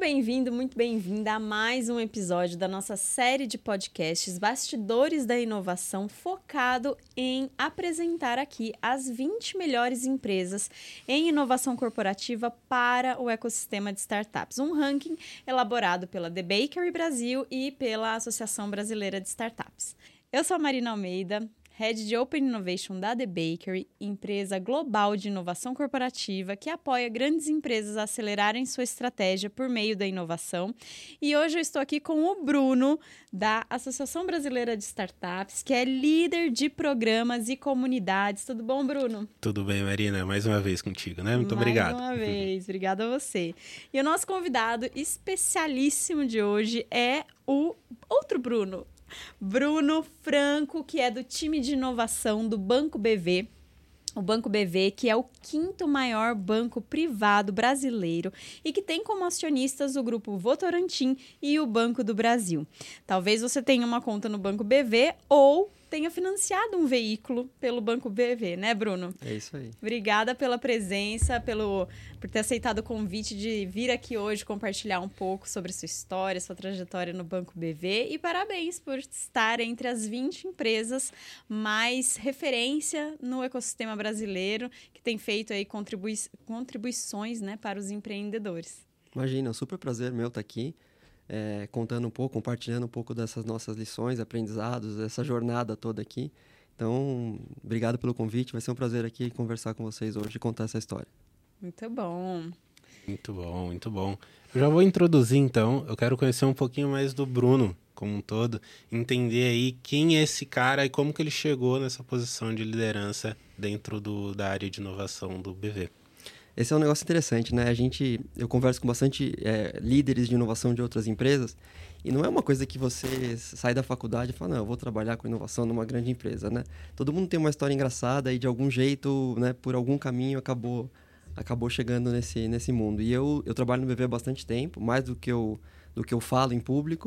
bem-vindo, muito bem-vinda a mais um episódio da nossa série de podcasts Bastidores da Inovação, focado em apresentar aqui as 20 melhores empresas em inovação corporativa para o ecossistema de startups. Um ranking elaborado pela The Bakery Brasil e pela Associação Brasileira de Startups. Eu sou a Marina Almeida, Head de Open Innovation da The Bakery, empresa global de inovação corporativa que apoia grandes empresas a acelerarem sua estratégia por meio da inovação. E hoje eu estou aqui com o Bruno, da Associação Brasileira de Startups, que é líder de programas e comunidades. Tudo bom, Bruno? Tudo bem, Marina. Mais uma vez contigo, né? Muito obrigado. Mais uma vez. Obrigada a você. E o nosso convidado especialíssimo de hoje é o outro Bruno. Bruno Franco, que é do time de inovação do Banco BV. O Banco BV, que é o 5º maior banco privado brasileiro e que tem como acionistas o Grupo Votorantim e o Banco do Brasil. Talvez você tenha uma conta no Banco BV ou tenha financiado um veículo pelo Banco BV, né, Bruno? É isso aí. Obrigada pela presença, por ter aceitado o convite de vir aqui hoje compartilhar um pouco sobre sua história, sua trajetória no Banco BV e parabéns por estar entre as 20 empresas mais referência no ecossistema brasileiro que tem feito aí contribuições, né, para os empreendedores. Imagina, é um super prazer meu estar aqui. Contando um pouco, compartilhando um pouco dessas nossas lições, aprendizados, essa jornada toda aqui. Então, obrigado pelo convite. Vai ser um prazer aqui conversar com vocês hoje e contar essa história. Muito bom. Muito bom, muito bom. Eu já vou introduzir, então. Eu quero conhecer um pouquinho mais do Bruno como um todo. Entender aí quem é esse cara e como que ele chegou nessa posição de liderança dentro da área de inovação do BV. Esse é um negócio interessante, né? Eu converso com bastante líderes de inovação de outras empresas e não é uma coisa que você sai da faculdade e fala, não, eu vou trabalhar com inovação numa grande empresa, né? Todo mundo tem uma história engraçada e de algum jeito, né, por algum caminho acabou chegando nesse mundo. E eu trabalho no BV há bastante tempo, mais do que eu falo em público.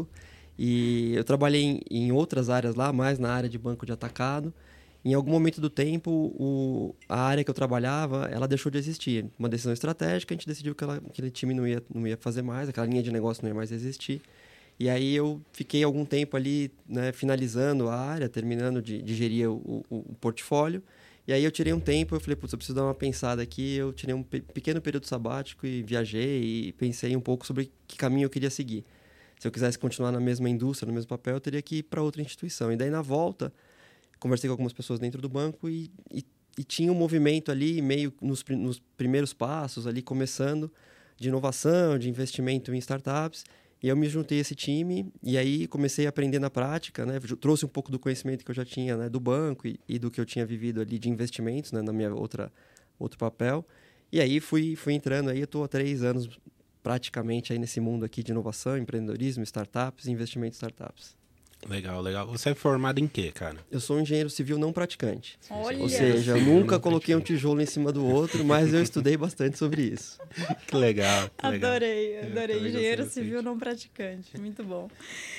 E eu trabalhei em outras áreas lá, mais na área de banco de atacado. Em algum momento do tempo, a área que eu trabalhava, ela deixou de existir. Uma decisão estratégica, a gente decidiu que aquele time não ia fazer mais, aquela linha de negócio não ia mais existir. E aí eu fiquei algum tempo ali, né, finalizando a área, terminando de gerir o portfólio. E aí eu tirei um tempo, eu falei, putz, eu preciso dar uma pensada aqui. Eu tirei um pequeno período sabático e viajei e pensei um pouco sobre que caminho eu queria seguir. Se eu quisesse continuar na mesma indústria, no mesmo papel, eu teria que ir para outra instituição. E daí, na volta, conversei com algumas pessoas dentro do banco e tinha um movimento ali, meio nos primeiros passos, ali começando, de inovação, de investimento em startups. E eu me juntei a esse time e aí comecei a aprender na prática, né? Trouxe um pouco do conhecimento que eu já tinha, né, do banco e do que eu tinha vivido ali de investimentos, né, na minha outro papel. E aí fui entrando, aí eu estou há 3 anos praticamente aí nesse mundo aqui de inovação, empreendedorismo, startups e investimento em startups. Legal, legal. Você é formado em quê, cara? Eu sou um engenheiro civil não praticante. Olha! Ou seja, eu nunca coloquei um tijolo em cima do outro, mas eu estudei bastante sobre isso. Que legal. Adorei. Engenheiro gostei civil não praticante. Muito bom.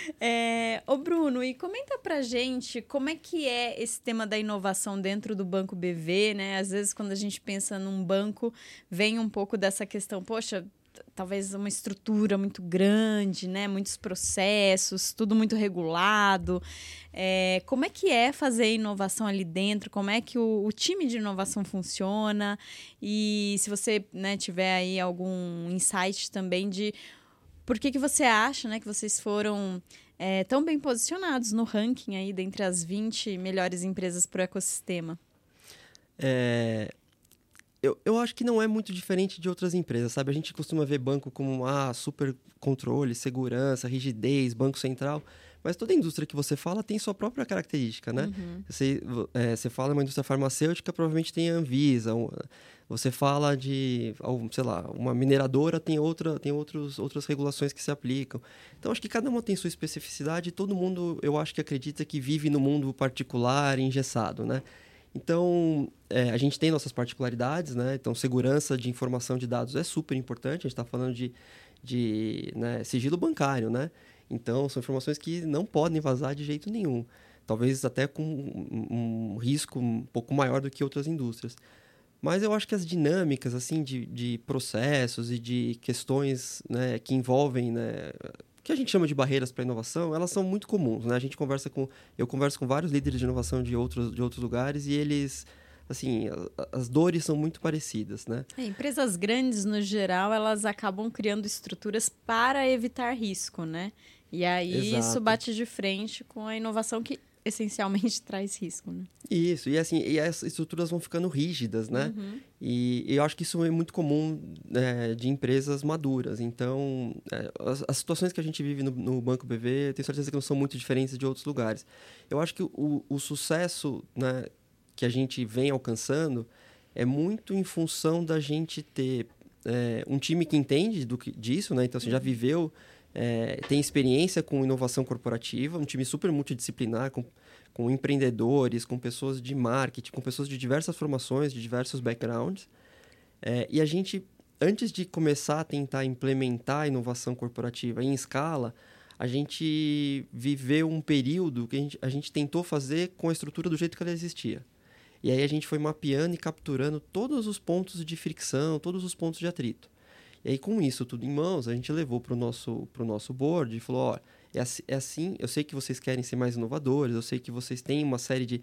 Ô Bruno, e comenta pra gente como é que é esse tema da inovação dentro do Banco BV, né? Às vezes, quando a gente pensa num banco, vem um pouco dessa questão, poxa, talvez uma estrutura muito grande, né? Muitos processos, tudo muito regulado. Como é que é fazer inovação ali dentro? Como é que o time de inovação funciona? E se você, né, tiver aí algum insight também de por que você acha, né, que vocês foram tão bem posicionados no ranking aí dentre as 20 melhores empresas para o ecossistema? Eu acho que não é muito diferente de outras empresas, sabe? A gente costuma ver banco como super controle, segurança, rigidez, banco central, mas toda indústria que você fala tem sua própria característica, né? Uhum. Você fala uma indústria farmacêutica, provavelmente tem a Anvisa. Você fala de, sei lá, uma mineradora tem outras regulações que se aplicam. Então, acho que cada uma tem sua especificidade e todo mundo, eu acho que acredita que vive no mundo particular, engessado, né? Então, a gente tem nossas particularidades, né? Então, segurança de informação de dados é super importante. A gente está falando de né, sigilo bancário, né? Então, são informações que não podem vazar de jeito nenhum. Talvez até com um risco um pouco maior do que outras indústrias. Mas eu acho que as dinâmicas, assim, de processos e de questões, né, que envolvem, né, que a gente chama de barreiras para a inovação, elas são muito comuns, né? Eu converso com vários líderes de inovação de outros lugares e eles, assim, as dores são muito parecidas, né? Empresas grandes, no geral, elas acabam criando estruturas para evitar risco, né? E aí Exato. isso bate de frente com a inovação que essencialmente traz risco, né? Isso, e assim, e as estruturas vão ficando rígidas, né? E eu acho que isso é muito comum, de empresas maduras. Então, as situações que a gente vive no Banco BV, tenho certeza que não são muito diferentes de outros lugares. Eu acho que o sucesso, né, que a gente vem alcançando é muito em função da gente ter um time que entende disso, né? Então, assim, já viveu, tem experiência com inovação corporativa, um time super multidisciplinar, com empreendedores, com pessoas de marketing, com pessoas de diversas formações, de diversos backgrounds. E a gente, antes de começar a tentar implementar a inovação corporativa em escala, a gente viveu um período que a gente tentou fazer com a estrutura do jeito que ela existia. E aí a gente foi mapeando e capturando todos os pontos de fricção, todos os pontos de atrito. E aí, com isso tudo em mãos, a gente levou para o nosso board e falou, ó, é assim, eu sei que vocês querem ser mais inovadores, eu sei que vocês têm uma série de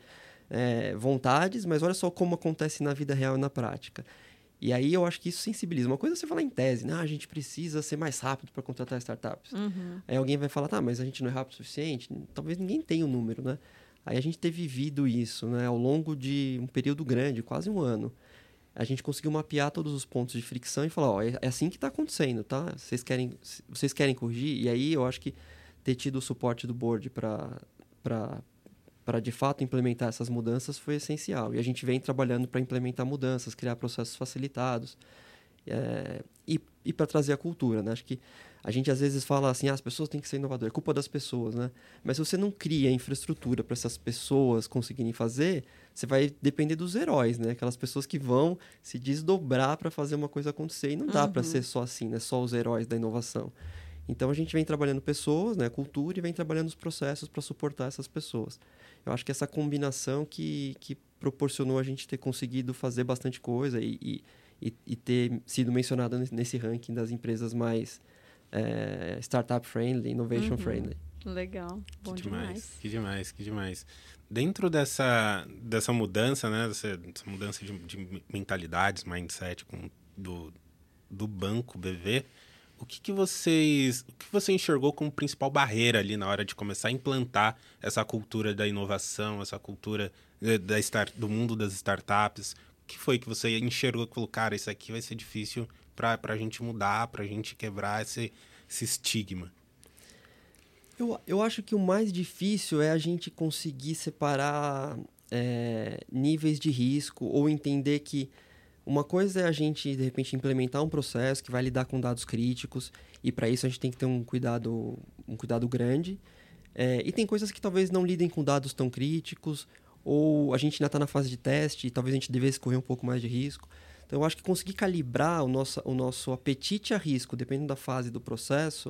vontades, mas olha só como acontece na vida real e na prática. E aí eu acho que isso sensibiliza. Uma coisa é você falar em tese, né? A gente precisa ser mais rápido para contratar startups. Aí alguém vai falar, tá, mas a gente não é rápido o suficiente? Talvez ninguém tenha o número, né? Aí a gente ter vivido isso, né, ao longo de um período grande, quase um ano. A gente conseguiu mapear todos os pontos de fricção e falar, ó, é assim que está acontecendo, tá? Vocês querem corrigir? E aí eu acho que ter tido o suporte do board para de fato implementar essas mudanças foi essencial. E a gente vem trabalhando para implementar mudanças, criar processos facilitados e para trazer a cultura, né? Acho que a gente às vezes fala assim, as pessoas têm que ser inovadoras, é culpa das pessoas, né? Mas se você não cria infraestrutura para essas pessoas conseguirem fazer, você vai depender dos heróis, né? Aquelas pessoas que vão se desdobrar para fazer uma coisa acontecer. E não dá para ser só assim, né? Só os heróis da inovação. Então, a gente vem trabalhando pessoas, né? Cultura, e vem trabalhando os processos para suportar essas pessoas. Eu acho que essa combinação que proporcionou a gente ter conseguido fazer bastante coisa e ter sido mencionado nesse ranking das empresas mais startup friendly, innovation friendly. Legal, bom demais. Que demais. Dentro dessa mudança, né, dessa mudança de mentalidades, mindset do Banco BV, o que você enxergou como principal barreira ali na hora de começar a implantar essa cultura da inovação, essa cultura do mundo das startups? O que foi que você enxergou que falou, cara, isso aqui vai ser difícil para a gente mudar, para a gente quebrar esse estigma? Eu acho que o mais difícil é a gente conseguir separar níveis de risco ou entender que uma coisa é a gente, de repente, implementar um processo que vai lidar com dados críticos e, para isso, a gente tem que ter um cuidado grande. E tem coisas que talvez não lidem com dados tão críticos ou a gente ainda está na fase de teste e talvez a gente devesse correr um pouco mais de risco. Então, eu acho que conseguir calibrar o nosso apetite a risco, dependendo da fase do processo,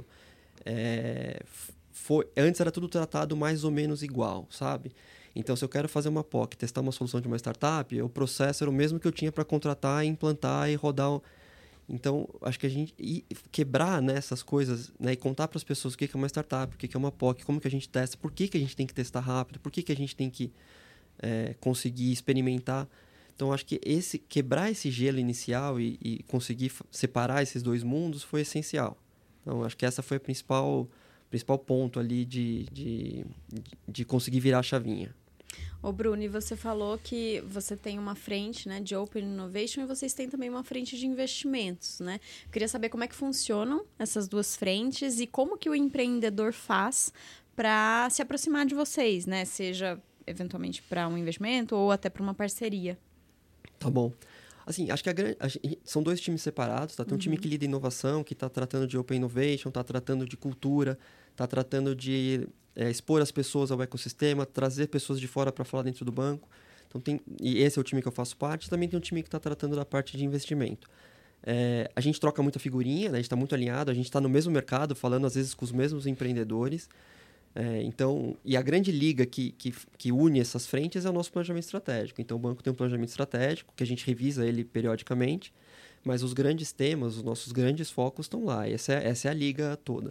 antes era tudo tratado mais ou menos igual, sabe? Então, se eu quero fazer uma POC, testar uma solução de uma startup, o processo era o mesmo que eu tinha para contratar, implantar e rodar. Então, acho que a gente quebrar essas coisas, né, e contar para as pessoas o que é uma startup, o que é uma POC, como que a gente testa, por que a gente tem que testar rápido, por que a gente tem que conseguir experimentar. Então, acho que quebrar esse gelo inicial e conseguir separar esses dois mundos foi essencial. Então, acho que essa foi a principal ponto ali de conseguir virar a chavinha. Ô Bruno, e você falou que você tem uma frente, né, de Open Innovation e vocês têm também uma frente de investimentos, né? Eu queria saber como é que funcionam essas duas frentes e como que o empreendedor faz para se aproximar de vocês, né? Seja eventualmente para um investimento ou até para uma parceria. Tá bom. Assim, acho que são dois times separados, tá? Tem um time que lida em inovação, que está tratando de Open Innovation, está tratando de cultura, está tratando de expor as pessoas ao ecossistema, trazer pessoas de fora para falar dentro do banco. Então, e esse é o time que eu faço parte. Também tem um time que está tratando da parte de investimento. A gente troca muita figurinha, né? A gente está muito alinhado, a gente está no mesmo mercado, falando às vezes com os mesmos empreendedores. Então, e a grande liga que une essas frentes é o nosso planejamento estratégico. Então, o banco tem um planejamento estratégico, que a gente revisa ele periodicamente, mas os grandes temas, os nossos grandes focos estão lá. Essa é a liga toda.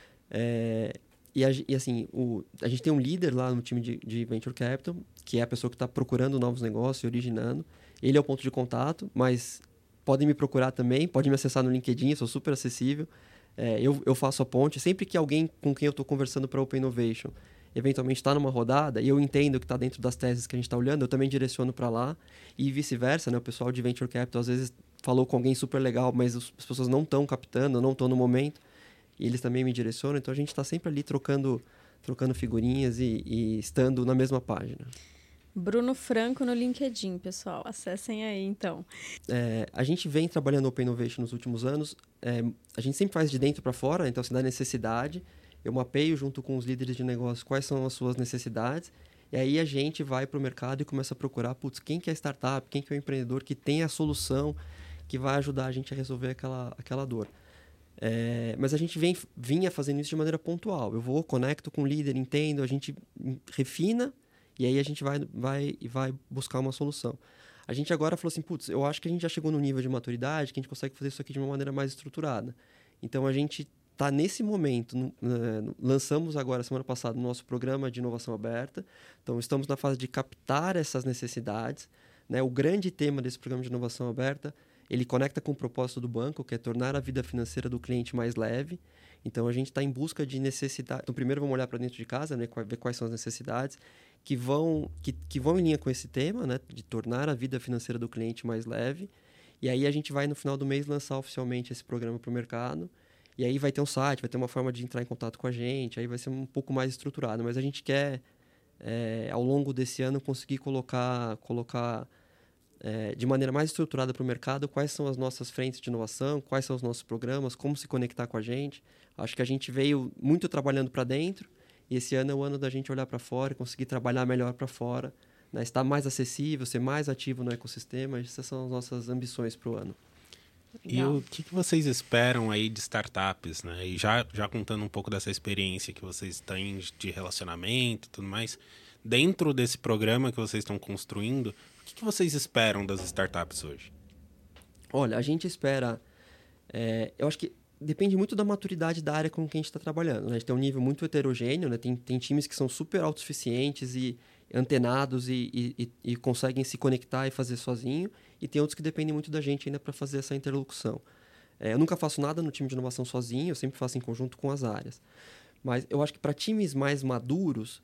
E assim, a gente tem um líder lá no time de Venture Capital, que é a pessoa que está procurando novos negócios e originando. Ele é o ponto de contato, mas podem me procurar também, podem me acessar no LinkedIn, eu sou super acessível. Eu faço a ponte. Sempre que alguém com quem eu estou conversando para Open Innovation eventualmente está numa rodada e eu entendo que está dentro das teses que a gente está olhando, eu também direciono para lá e vice-versa, né? O pessoal de Venture Capital às vezes falou com alguém super legal, mas as pessoas não estão captando, não estão no momento e eles também me direcionam. Então a gente está sempre ali trocando figurinhas e estando na mesma página. Bruno Franco no LinkedIn, pessoal. Acessem aí, então. A gente vem trabalhando Open Innovation nos últimos anos. A gente sempre faz de dentro para fora, então se dá necessidade. Eu mapeio junto com os líderes de negócio quais são as suas necessidades. E aí a gente vai para o mercado e começa a procurar, quem que é a startup, quem que é o empreendedor que tem a solução que vai ajudar a gente a resolver aquela dor. Mas a gente vinha fazendo isso de maneira pontual. Eu conecto com o líder, entendo, a gente refina. E aí a gente vai buscar uma solução. A gente agora falou assim, eu acho que a gente já chegou no nível de maturidade que a gente consegue fazer isso aqui de uma maneira mais estruturada. Então a gente está nesse momento, lançamos agora, semana passada, o nosso programa de inovação aberta. Então estamos na fase de captar essas necessidades. Né? O grande tema desse programa de inovação aberta, ele conecta com o propósito do banco, que é tornar a vida financeira do cliente mais leve. Então a gente está em busca de necessidade. Então primeiro vamos olhar para dentro de casa, né? Ver quais são as necessidades que vão em linha com esse tema, né, de tornar a vida financeira do cliente mais leve. E aí a gente vai, no final do mês, lançar oficialmente esse programa para o mercado. E aí vai ter um site, vai ter uma forma de entrar em contato com a gente, aí vai ser um pouco mais estruturado. Mas a gente quer, ao longo desse ano, conseguir colocar de maneira mais estruturada para o mercado quais são as nossas frentes de inovação, quais são os nossos programas, como se conectar com a gente. Acho que a gente veio muito trabalhando para dentro, e esse ano é o ano da gente olhar para fora e conseguir trabalhar melhor para fora, né? Estar mais acessível, ser mais ativo no ecossistema. Essas são as nossas ambições para o ano. Legal. E o que vocês esperam aí de startups, né? E já contando um pouco dessa experiência que vocês têm de relacionamento e tudo mais, dentro desse programa que vocês estão construindo, o que vocês esperam das startups hoje? Olha, a gente espera... eu acho que depende muito da maturidade da área com quem a gente está trabalhando. Né? A gente tem um nível muito heterogêneo, né? Tem times que são super autossuficientes e antenados e conseguem se conectar e fazer sozinho, e tem outros que dependem muito da gente ainda para fazer essa interlocução. Eu nunca faço nada no time de inovação sozinho, eu sempre faço em conjunto com as áreas. Mas eu acho que para times mais maduros,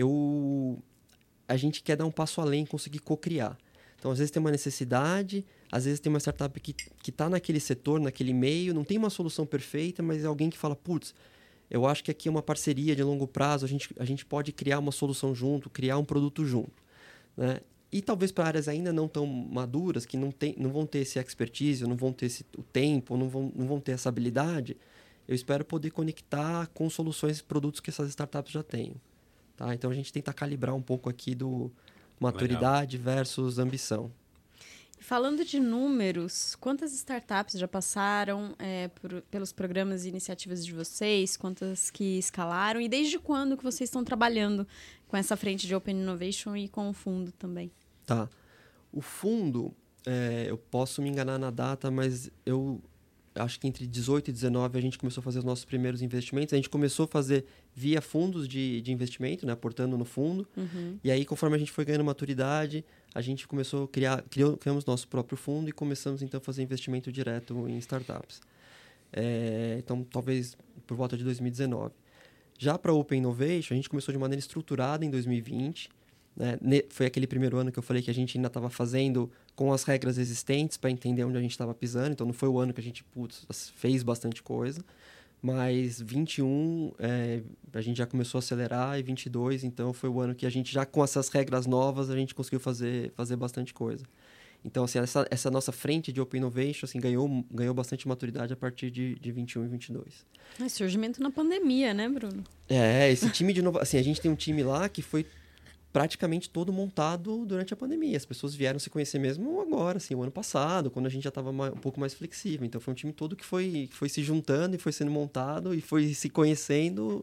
a gente quer dar um passo além e conseguir co-criar. Então, às vezes tem uma necessidade, às vezes tem uma startup que está naquele setor, naquele meio, não tem uma solução perfeita, mas é alguém que fala, eu acho que aqui é uma parceria de longo prazo, a gente pode criar uma solução junto, criar um produto junto. Né? E talvez para áreas ainda não tão maduras, que não vão ter esse expertise, não vão ter o tempo, não vão ter essa habilidade, eu espero poder conectar com soluções e produtos que essas startups já têm. Tá? Então, a gente tenta calibrar um pouco aqui do maturidade versus ambição. Falando de números, quantas startups já passaram pelos programas e iniciativas de vocês? Quantas que escalaram? E desde quando que vocês estão trabalhando com essa frente de Open Innovation e com o fundo também? Tá. O fundo, eu posso me enganar na data, mas eu acho que entre 18 e 19 a gente começou a fazer os nossos primeiros investimentos. A gente começou a fazer via fundos de investimento, né, aportando no fundo. Uhum. E aí, conforme a gente foi ganhando maturidade, a gente começou a criamos nosso próprio fundo e começamos, então, a fazer investimento direto em startups. Então, talvez por volta de 2019. Já para a Open Innovation, a gente começou de maneira estruturada em 2020. Né? Foi aquele primeiro ano que eu falei que a gente ainda estava fazendo com as regras existentes para entender onde a gente estava pisando. Então, não foi o ano que a gente fez bastante coisa. Mas 21, a gente já começou a acelerar, e 22, então, foi o ano que a gente já, com essas regras novas, a gente conseguiu fazer bastante coisa. Então, assim, essa nossa frente de Open Innovation assim, ganhou bastante maturidade a partir de 21 e 22. Surgimento na pandemia, né, Bruno? Esse time de inovação... Assim, a gente tem um time lá que foi praticamente todo montado durante a pandemia. As pessoas vieram se conhecer mesmo agora, assim, o ano passado, quando a gente já estava um pouco mais flexível. Então, foi um time todo que foi se juntando e foi sendo montado e foi se conhecendo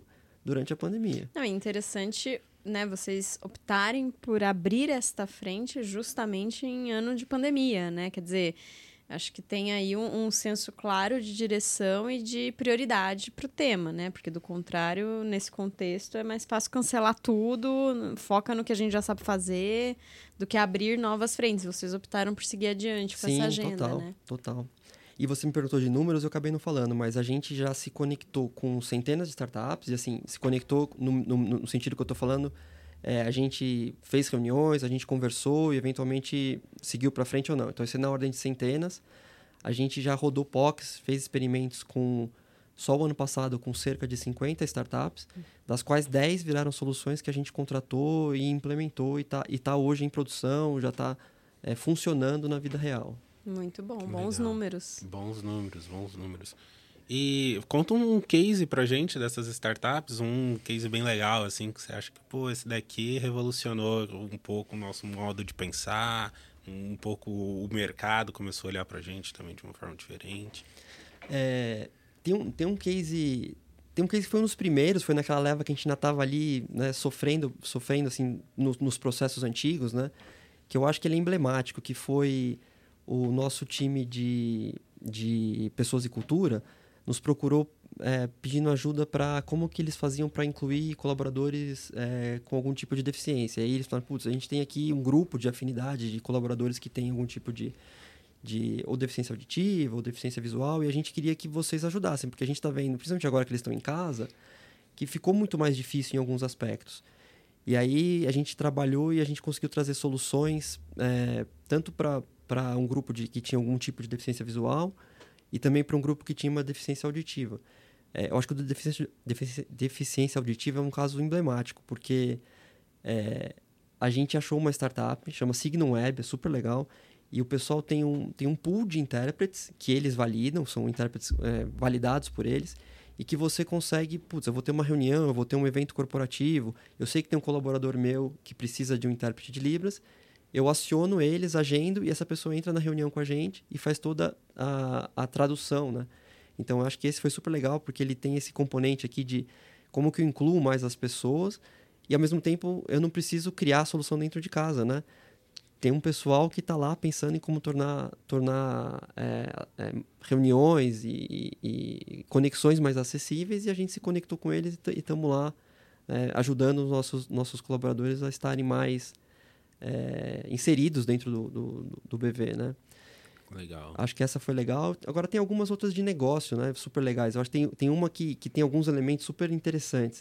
durante a pandemia. Não, é interessante, né, vocês optarem por abrir esta frente justamente em ano de pandemia, né? Quer dizer, acho que tem aí um senso claro de direção e de prioridade para o tema, né? Porque, do contrário, nesse contexto, é mais fácil cancelar tudo, foca no que a gente já sabe fazer, do que abrir novas frentes. Vocês optaram por seguir adiante com essa agenda, total, né? total. E você me perguntou de números, eu acabei não falando, mas a gente já se conectou com centenas de startups, e assim, se conectou no sentido que eu estou falando, a gente fez reuniões, a gente conversou e eventualmente seguiu para frente ou não. Então, isso é na ordem de centenas. A gente já rodou POCs, fez experimentos só o ano passado com cerca de 50 startups, das quais 10 viraram soluções que a gente contratou e implementou e tá hoje em produção, já está funcionando na vida real. Muito bom, Legal. bons números. Bons números. E conta um case pra gente dessas startups, um case bem legal, assim, que você acha que, pô, esse daqui revolucionou um pouco o nosso modo de pensar, um pouco o mercado começou a olhar pra gente também de uma forma diferente. Tem um case que foi um dos primeiros, foi naquela leva que a gente ainda estava ali, né, sofrendo assim, nos processos antigos, né, que eu acho que ele é emblemático, que foi o nosso time de pessoas e cultura nos procurou pedindo ajuda para como que eles faziam para incluir colaboradores com algum tipo de deficiência. E aí eles falaram, putz, a gente tem aqui um grupo de afinidade de colaboradores que tem algum tipo de ou deficiência auditiva ou deficiência visual, e a gente queria que vocês ajudassem, porque a gente está vendo, principalmente agora que eles estão em casa, que ficou muito mais difícil em alguns aspectos. E aí a gente trabalhou e a gente conseguiu trazer soluções tanto para um grupo que tinha algum tipo de deficiência visual e também para um grupo que tinha uma deficiência auditiva. Eu acho que a deficiência auditiva é um caso emblemático, porque a gente achou uma startup, chama Signum Web, é super legal, e o pessoal tem um pool de intérpretes que eles validam, são intérpretes validados por eles, e que você consegue, eu vou ter uma reunião, eu vou ter um evento corporativo, eu sei que tem um colaborador meu que precisa de um intérprete de Libras, eu aciono eles, agendo, e essa pessoa entra na reunião com a gente e faz toda a tradução, né? Então, eu acho que esse foi super legal, porque ele tem esse componente aqui de como que eu incluo mais as pessoas e, ao mesmo tempo, eu não preciso criar a solução dentro de casa, né? Tem um pessoal que está lá pensando em como tornar reuniões e conexões mais acessíveis, e a gente se conectou com eles e estamos lá ajudando os nossos colaboradores a estarem mais inseridos dentro do BV, né? Legal. Acho que essa foi legal. Agora tem algumas outras de negócio, né? Super legais. Eu acho que tem uma que tem alguns elementos super interessantes.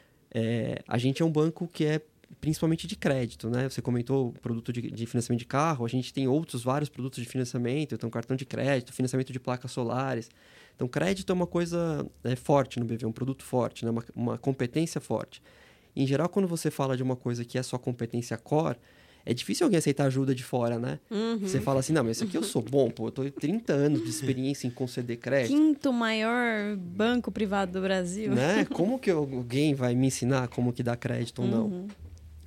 A gente é um banco que é principalmente de crédito, né? Você comentou o produto de financiamento de carro. A gente tem vários produtos de financiamento. Então, cartão de crédito, financiamento de placas solares. Então, crédito é uma coisa forte no BV, um produto forte, né? Uma competência forte. Em geral, quando você fala de uma coisa que é sua competência core, é difícil alguém aceitar ajuda de fora, né? Uhum. Você fala assim, não, mas isso aqui eu sou bom, pô, eu tô 30 anos de experiência em conceder crédito. Quinto maior banco privado do Brasil. Né? Como que alguém vai me ensinar como que dá crédito ou não? Uhum.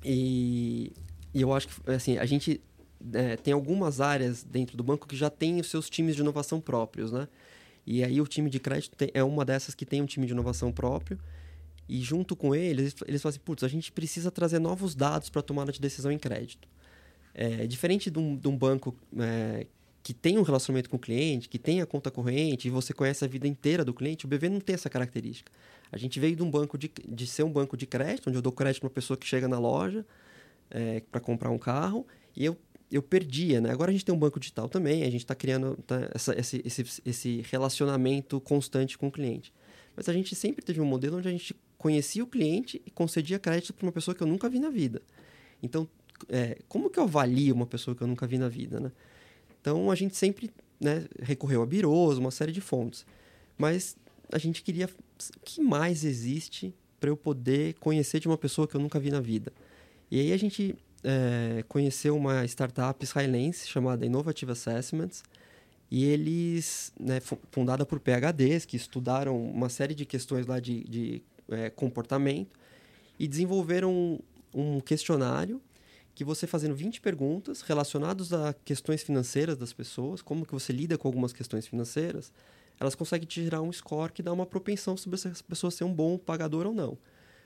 E eu acho que, assim, a gente tem algumas áreas dentro do banco que já tem os seus times de inovação próprios, né? E aí o time de crédito é uma dessas que tem um time de inovação próprio. E junto com eles falam assim, putz, a gente precisa trazer novos dados para a tomada de decisão em crédito. Diferente de um banco que tem um relacionamento com o cliente, que tem a conta corrente e você conhece a vida inteira do cliente, o BV não tem essa característica. A gente veio de um banco de ser um banco de crédito, onde eu dou crédito para uma pessoa que chega na loja para comprar um carro, e eu perdia, né? Agora a gente tem um banco digital também, a gente está criando esse relacionamento constante com o cliente. Mas a gente sempre teve um modelo onde a gente conhecia o cliente e concedia crédito para uma pessoa que eu nunca vi na vida. Então, como que eu avalio uma pessoa que eu nunca vi na vida, né? Então, a gente sempre, né, recorreu a birôs, uma série de fontes. Mas a gente queria... O que mais existe para eu poder conhecer de uma pessoa que eu nunca vi na vida? E aí a gente conheceu uma startup israelense chamada Innovative Assessments, e eles, né, fundada por PhDs, que estudaram uma série de questões lá de comportamento, e desenvolveram um questionário que você fazendo 20 perguntas relacionadas a questões financeiras das pessoas, como que você lida com algumas questões financeiras, elas conseguem te gerar um score que dá uma propensão sobre essa pessoa ser um bom pagador ou não.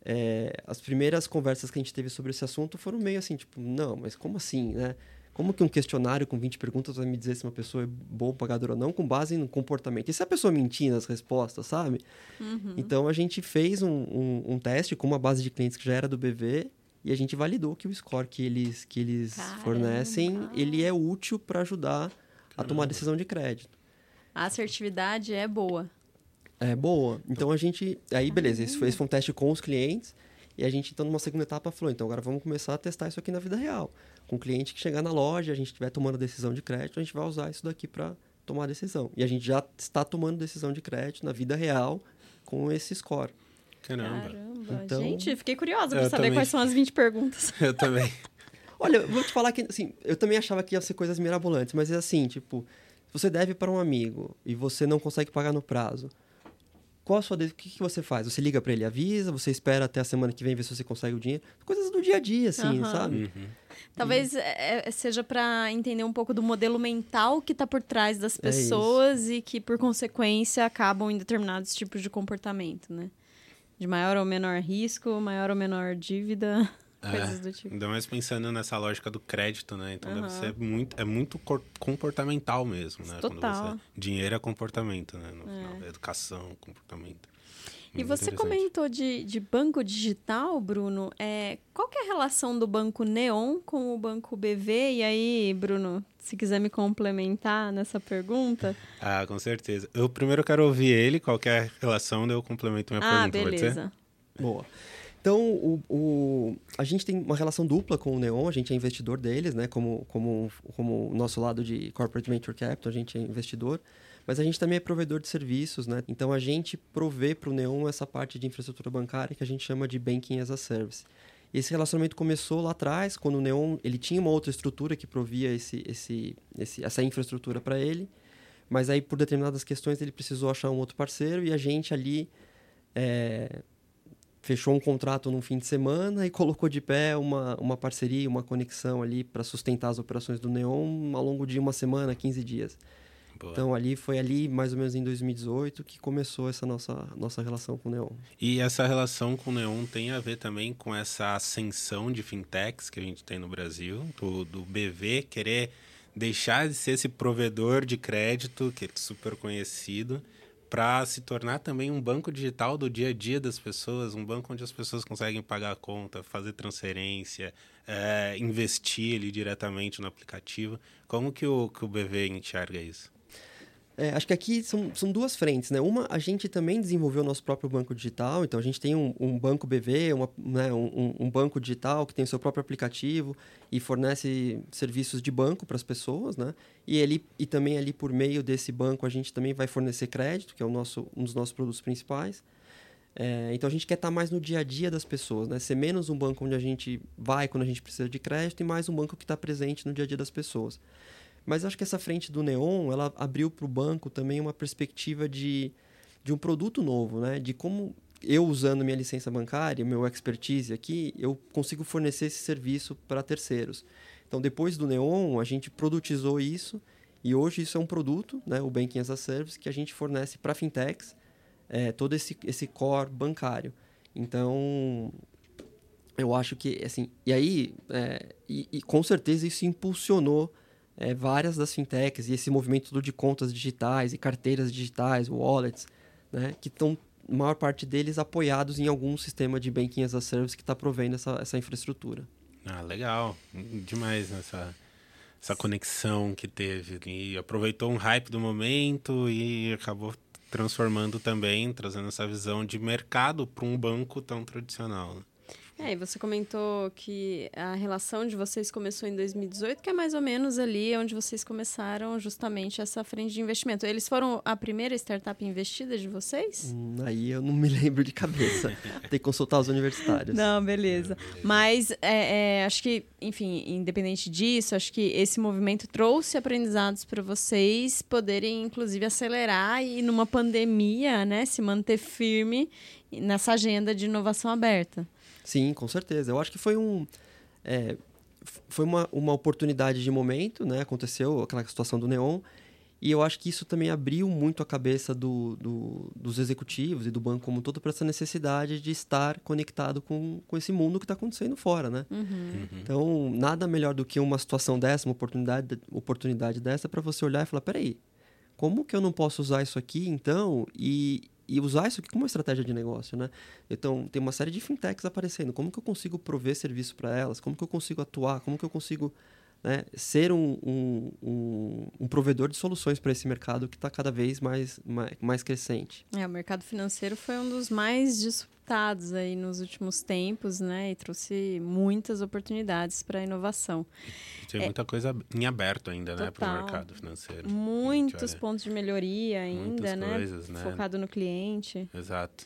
as primeiras conversas que a gente teve sobre esse assunto foram meio assim, tipo, não, mas como assim, né? Como que um questionário com 20 perguntas vai me dizer se uma pessoa é boa pagadora ou não, com base no comportamento? E se a pessoa mentir nas respostas, sabe? Então, a gente fez um teste com uma base de clientes que já era do BV e a gente validou que o score que eles fornecem, ele é útil para ajudar a tomar decisão de crédito. A assertividade é boa. É boa. Então, aí, beleza, esse foi um teste com os clientes. E a gente, então, numa segunda etapa, falou, então, agora vamos começar a testar isso aqui na vida real. Com o cliente que chegar na loja, a gente estiver tomando decisão de crédito, a gente vai usar isso daqui para tomar a decisão. E a gente já está tomando decisão de crédito na vida real com esse score. Caramba. Então, gente, fiquei curiosa para saber quais são as 20 perguntas. Eu também. Olha, eu vou te falar que, assim, eu também achava que ia ser coisas mirabolantes, mas é assim, tipo, se você deve para um amigo e você não consegue pagar no prazo, o que você faz? Você liga para ele, avisa, você espera até a semana que vem ver se você consegue o dinheiro. Coisas do dia a dia, assim, sabe? Talvez seja para entender um pouco do modelo mental que está por trás das pessoas e que, por consequência, acabam em determinados tipos de comportamento, né? De maior ou menor risco, maior ou menor dívida, coisas do tipo. Ainda mais pensando nessa lógica do crédito, né? Então deve ser muito comportamental mesmo, né? Total. Dinheiro é comportamento, né? No final, educação, comportamento. E você comentou de banco digital, Bruno. Qual que é a relação do Banco Neon com o Banco BV? E aí, Bruno, se quiser me complementar nessa pergunta. Ah, com certeza. Eu primeiro quero ouvir ele, qual que é a relação, daí eu complemento minha pergunta. Beleza. Pode ser? Boa. Então, a gente tem uma relação dupla com o Neon, a gente é investidor deles, né? Como o nosso lado de Corporate Venture Capital, a gente é investidor. Mas a gente também é provedor de serviços, né? Então, a gente provê para o Neon essa parte de infraestrutura bancária que a gente chama de Banking as a Service. E esse relacionamento começou lá atrás, quando o Neon ele tinha uma outra estrutura que provia essa infraestrutura para ele. Mas aí, por determinadas questões, ele precisou achar um outro parceiro e a gente ali fechou um contrato num fim de semana e colocou de pé uma parceria, uma conexão ali para sustentar as operações do Neon ao longo de uma semana, 15 dias. Boa. Então, foi ali, mais ou menos em 2018, que começou essa nossa relação com o Neon. E essa relação com o Neon tem a ver também com essa ascensão de fintechs que a gente tem no Brasil, do BV querer deixar de ser esse provedor de crédito, que é super conhecido, para se tornar também um banco digital do dia a dia das pessoas, um banco onde as pessoas conseguem pagar a conta, fazer transferência, investir ali diretamente no aplicativo. Como que o BV enxerga isso? Acho que aqui são duas frentes, né? Uma, a gente também desenvolveu o nosso próprio banco digital, então a gente tem um banco BV, um banco digital que tem o seu próprio aplicativo e fornece serviços de banco para as pessoas, né? E também ali por meio desse banco a gente também vai fornecer crédito, que é um dos nossos produtos principais. Então a gente quer estar mais no dia a dia das pessoas, né? Ser menos um banco onde a gente vai quando a gente precisa de crédito e mais um banco que está presente no dia a dia das pessoas. Mas acho que essa frente do Neon, ela abriu para o banco também uma perspectiva de um produto novo, né? De como eu, usando minha licença bancária, meu expertise aqui, eu consigo fornecer esse serviço para terceiros. Então, depois do Neon, a gente produtizou isso e hoje isso é um produto, né? O Banking as a Service, que a gente fornece para fintechs todo esse core bancário. Então, eu acho que, assim... E aí, com certeza isso impulsionou várias das fintechs e esse movimento todo de contas digitais e carteiras digitais, wallets, né, que estão, a maior parte deles, apoiados em algum sistema de Banking as a Service que está provendo essa infraestrutura. Ah, legal. Demais essa conexão que teve. E aproveitou um hype do momento e acabou transformando também, trazendo essa visão de mercado para um banco tão tradicional, né? E você comentou que a relação de vocês começou em 2018, que é mais ou menos ali onde vocês começaram justamente essa frente de investimento. Eles foram a primeira startup investida de vocês? Aí eu não me lembro de cabeça. Tem que consultar os universitários. Não, beleza. Mas acho que, enfim, independente disso, acho que esse movimento trouxe aprendizados para vocês poderem, inclusive, acelerar e, numa pandemia, né, se manter firme nessa agenda de inovação aberta. Sim, com certeza. Eu acho que foi uma oportunidade de momento, né? Aconteceu aquela situação do Neon E eu acho que isso também abriu muito a cabeça dos executivos e do banco como um todo para essa necessidade de estar conectado com esse mundo que está acontecendo fora, né? Então, nada melhor do que uma situação dessa, uma oportunidade dessa, para você olhar e falar, peraí, como que eu não posso usar isso aqui, então, e usar isso aqui como uma estratégia de negócio, né? Então, tem uma série de fintechs aparecendo. Como que eu consigo prover serviço para elas? Como que eu consigo atuar? Como que eu consigo, né, ser um provedor de soluções para esse mercado que está cada vez mais crescente? O mercado financeiro foi um dos mais disputados aí nos últimos tempos, né? E trouxe muitas oportunidades para a inovação. Tem muita coisa em aberto ainda, né, para o mercado financeiro. Muitos pontos de melhoria ainda, né? Coisas, né? Focado no cliente. Exato.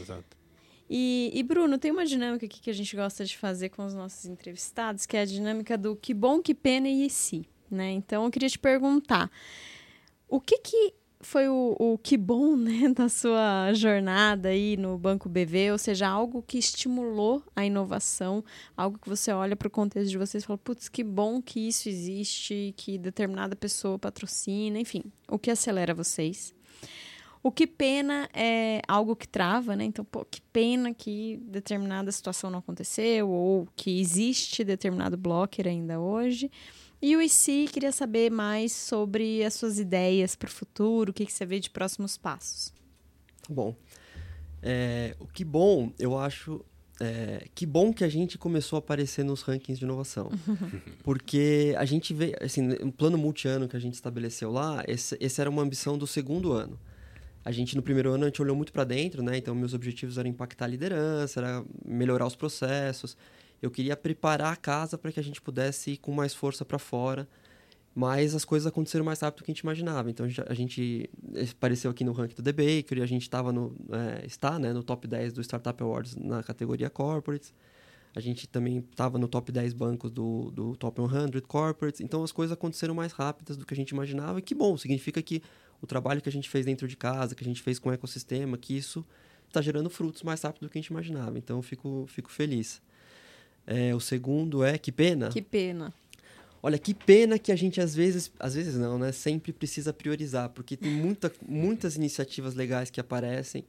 E Bruno, tem uma dinâmica aqui que a gente gosta de fazer com os nossos entrevistados, que é a dinâmica do que bom, que pena e se, né? Então, eu queria te perguntar, o que foi o que bom, né, da sua jornada aí no Banco BV, ou seja, algo que estimulou a inovação, algo que você olha para o contexto de vocês e fala, putz, que bom que isso existe, que determinada pessoa patrocina, enfim, o que acelera vocês. O que pena é algo que trava, né? Então, pô, que pena que determinada situação não aconteceu ou que existe determinado blocker ainda hoje. E o IC, queria saber mais sobre as suas ideias para o futuro, o que você vê de próximos passos. Tá bom. O que bom, eu acho... que bom que a gente começou a aparecer nos rankings de inovação. Porque a gente vê... Assim, o plano multi-ano que a gente estabeleceu lá, esse era uma ambição do segundo ano. A gente, no primeiro ano, a gente olhou muito para dentro, né? Então, meus objetivos eram impactar a liderança, era melhorar os processos. Eu queria preparar a casa para que a gente pudesse ir com mais força para fora. Mas as coisas aconteceram mais rápido do que a gente imaginava. Então, a gente apareceu aqui no ranking do The Baker, a gente está no top 10 do Startup Awards na categoria Corporates. A gente também estava no top 10 bancos do Top 100 Corporates. Então, as coisas aconteceram mais rápidas do que a gente imaginava. E que bom, significa que o trabalho que a gente fez dentro de casa, que a gente fez com o ecossistema, que isso está gerando frutos mais rápido do que a gente imaginava. Então, eu fico feliz. O segundo é, que pena. Que pena. Olha, que pena que a gente, às vezes não, né? Sempre precisa priorizar, porque tem muitas iniciativas legais que aparecem,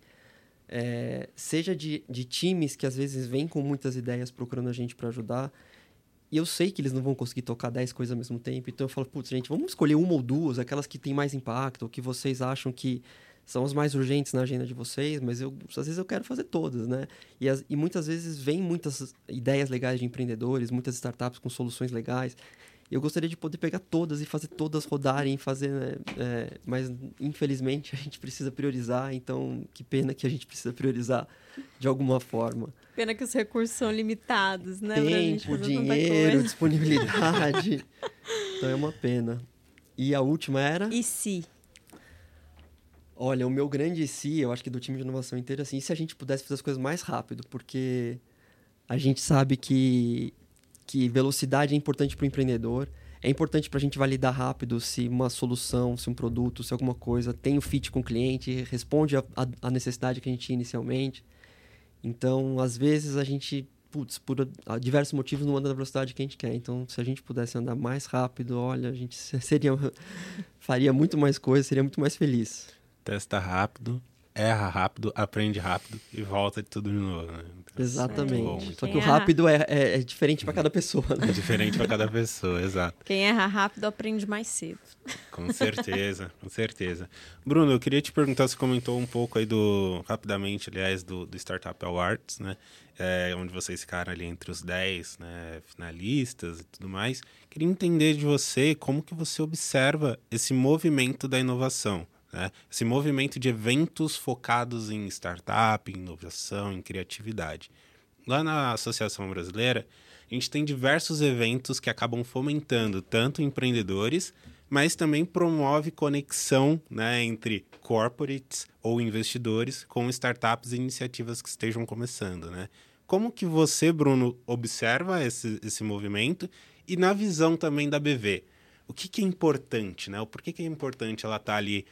seja de times que às vezes vêm com muitas ideias procurando a gente para ajudar, e eu sei que eles não vão conseguir tocar 10 coisas ao mesmo tempo, então eu falo, putz, gente, vamos escolher uma ou duas, aquelas que têm mais impacto, ou que vocês acham que são as mais urgentes na agenda de vocês, mas às vezes eu quero fazer todas, né? E muitas vezes vêm muitas ideias legais de empreendedores, muitas startups com soluções legais. Eu gostaria de poder pegar todas e fazer todas rodarem, mas infelizmente a gente precisa priorizar, então que pena que a gente precisa priorizar de alguma forma. Pena que os recursos são limitados, né? Tempo, dinheiro, disponibilidade. Então é uma pena. E a última era? E se? Olha, o meu grande se, eu acho que do time de inovação inteiro, assim, e se a gente pudesse fazer as coisas mais rápido, porque a gente sabe que velocidade é importante para o empreendedor, é importante para a gente validar rápido se uma solução, se um produto, se alguma coisa tem o fit com o cliente, responde a necessidade que a gente tinha inicialmente. Então, às vezes, a gente, por diversos motivos, não anda na velocidade que a gente quer. Então, se a gente pudesse andar mais rápido, olha, a gente faria muito mais coisa, seria muito mais feliz. Testa rápido, erra rápido, aprende rápido e volta de tudo de novo, né? Então, exatamente. Só que o rápido é diferente para cada pessoa, né? É diferente para cada pessoa, exato. Quem erra rápido aprende mais cedo. Com certeza, com certeza. Bruno, eu queria te perguntar, você comentou um pouco aí rapidamente, aliás, do Startup Awards, né? Onde vocês ficaram ali entre os 10, né, finalistas e tudo mais. Queria entender de você como que você observa esse movimento da inovação. Né? Esse movimento de eventos focados em startup, em inovação, em criatividade. Lá na Associação Brasileira, a gente tem diversos eventos que acabam fomentando tanto empreendedores, mas também promove conexão, né, entre corporates ou investidores com startups e iniciativas que estejam começando. Né? Como que você, Bruno, observa esse movimento e na visão também da BV? O que é importante, né? Por que é importante ela estar ali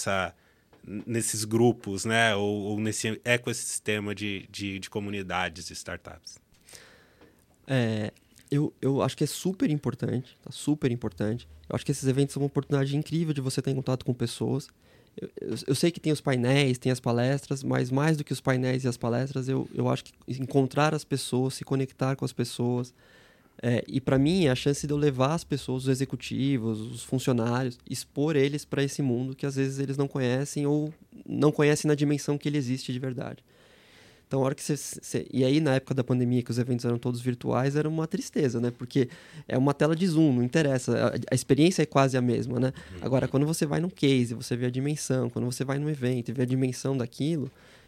nesses grupos, né? Ou nesse ecossistema de comunidades de startups? Eu acho que é super importante, tá super importante. Eu acho que esses eventos são uma oportunidade incrível de você estar em contato com pessoas. Eu sei que tem os painéis, tem as palestras, mas mais do que os painéis e as palestras, eu acho que encontrar as pessoas, se conectar com as pessoas. E para mim, é a chance de eu levar as pessoas, os executivos, os funcionários, expor eles para esse mundo que às vezes eles não conhecem ou não conhecem na dimensão que ele existe de verdade. Então, a hora que E aí, na época da pandemia, que os eventos eram todos virtuais, era uma tristeza, né? Porque é uma tela de Zoom, não interessa. A experiência é quase a mesma, né? Agora, quando você vai num case, você vê a dimensão. Quando você vai num evento e vê a dimensão daquilo,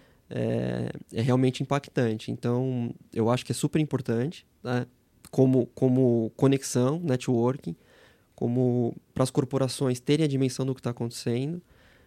é realmente impactante. Então, eu acho que é super importante, né? Como conexão, networking, como para as corporações terem a dimensão do que está acontecendo.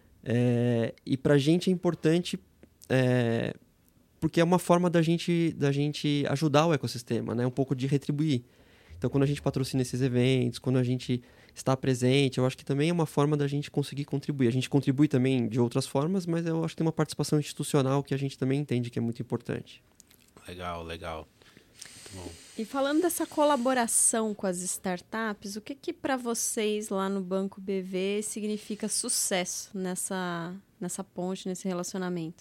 E para a gente é importante... porque é uma forma da gente ajudar o ecossistema, né? Um pouco de retribuir. Então, quando a gente patrocina esses eventos, quando a gente está presente, eu acho que também é uma forma da gente conseguir contribuir. A gente contribui também de outras formas, mas eu acho que tem uma participação institucional que a gente também entende que é muito importante. Legal. Muito bom. E falando dessa colaboração com as startups, o que para vocês lá no Banco BV significa sucesso nessa ponte, nesse relacionamento?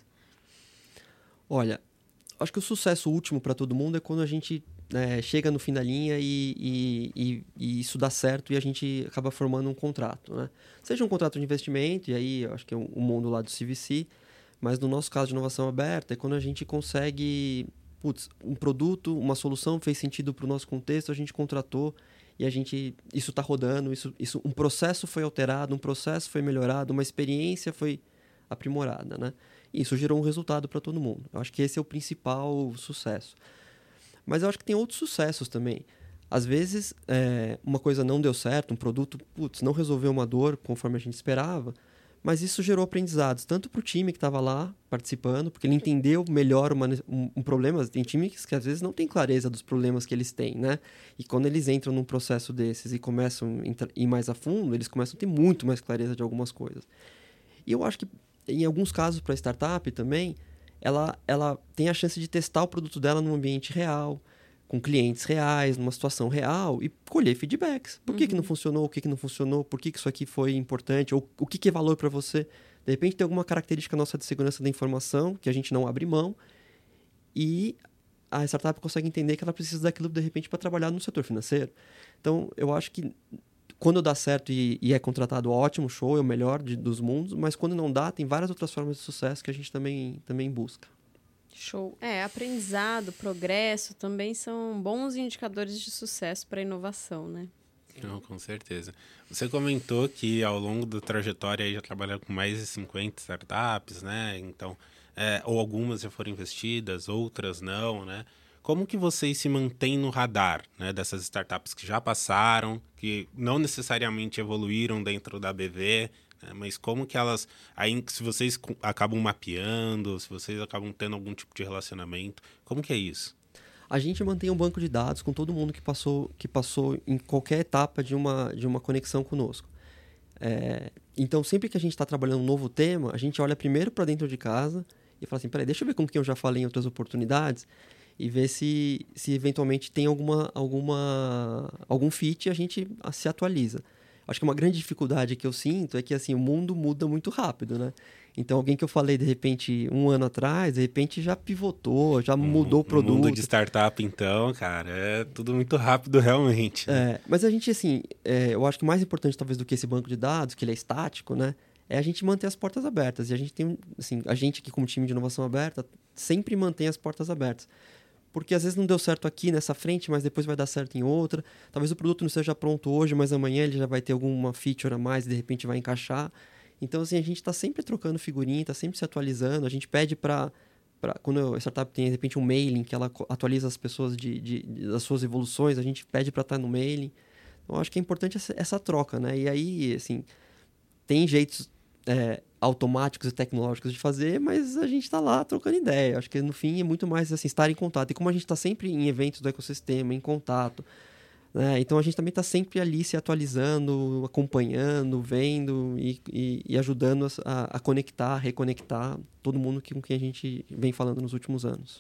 Olha, acho que o sucesso último para todo mundo é quando a gente chega no fim da linha e isso dá certo e a gente acaba formando um contrato, né? Seja um contrato de investimento, e aí eu acho que é o mundo lá do CVC, mas no nosso caso de inovação aberta é quando a gente consegue, um produto, uma solução fez sentido para o nosso contexto, a gente contratou e isso está rodando, um processo foi alterado, um processo foi melhorado, uma experiência foi aprimorada, né? Isso gerou um resultado para todo mundo. Eu acho que esse é o principal sucesso. Mas eu acho que tem outros sucessos também. Às vezes, uma coisa não deu certo, um produto não resolveu uma dor conforme a gente esperava, mas isso gerou aprendizados, tanto para o time que estava lá participando, porque ele entendeu melhor um problema. Tem times que às vezes não têm clareza dos problemas que eles têm, né? E quando eles entram num processo desses e começam a ir mais a fundo, eles começam a ter muito mais clareza de algumas coisas. E eu acho que em alguns casos, para a startup também, ela tem a chance de testar o produto dela num ambiente real, com clientes reais, numa situação real, e colher feedbacks. Por que não funcionou? O que não funcionou? Por que isso aqui foi importante? Ou o que é valor para você? De repente, tem alguma característica nossa de segurança da informação que a gente não abre mão e a startup consegue entender que ela precisa daquilo, de repente, para trabalhar no setor financeiro. Então, eu acho que quando dá certo e é contratado, ótimo, show, é o melhor dos mundos, mas quando não dá, tem várias outras formas de sucesso que a gente também busca. Show. Aprendizado, progresso também são bons indicadores de sucesso para a inovação, né? Não, com certeza. Você comentou que ao longo da trajetória aí já trabalhou com mais de 50 startups, né? Então, ou algumas já foram investidas, outras não, né? Como que vocês se mantêm no radar, né, dessas startups que já passaram, que não necessariamente evoluíram dentro da BV, né, mas como que elas, aí, se vocês acabam mapeando, se vocês acabam tendo algum tipo de relacionamento, como que é isso? A gente mantém um banco de dados com todo mundo que passou em qualquer etapa de uma conexão conosco. Então, sempre que a gente está trabalhando um novo tema, a gente olha primeiro para dentro de casa e fala assim, peraí, deixa eu ver com quem eu já falei em outras oportunidades, e ver se eventualmente tem algum fit e a gente se atualiza. Acho que uma grande dificuldade que eu sinto é que assim, o mundo muda muito rápido, né? Então, alguém que eu falei, de repente, 1 ano atrás, de repente já pivotou, já mudou o produto. No mundo de startup, então, cara, é tudo muito rápido realmente. Né? Mas a gente, assim, eu acho que mais importante talvez do que esse banco de dados, que ele é estático, né? É a gente manter as portas abertas. E a gente tem, assim, a gente aqui como time de inovação aberta sempre mantém as portas abertas. Porque às vezes não deu certo aqui nessa frente, mas depois vai dar certo em outra. Talvez o produto não esteja pronto hoje, mas amanhã ele já vai ter alguma feature a mais e de repente vai encaixar. Então, assim, a gente está sempre trocando figurinha, está sempre se atualizando. A gente pede quando a startup tem, de repente, um mailing que ela atualiza as pessoas das suas evoluções, a gente pede para estar no mailing. Então, acho que é importante essa troca, né? E aí, assim, tem jeitos automáticos e tecnológicos de fazer, mas a gente está lá trocando ideia. Acho que no fim é muito mais assim, estar em contato. E como a gente está sempre em eventos do ecossistema, em contato, né? Então a gente também está sempre ali se atualizando, acompanhando, vendo e ajudando a conectar, reconectar todo mundo com quem a gente vem falando nos últimos anos.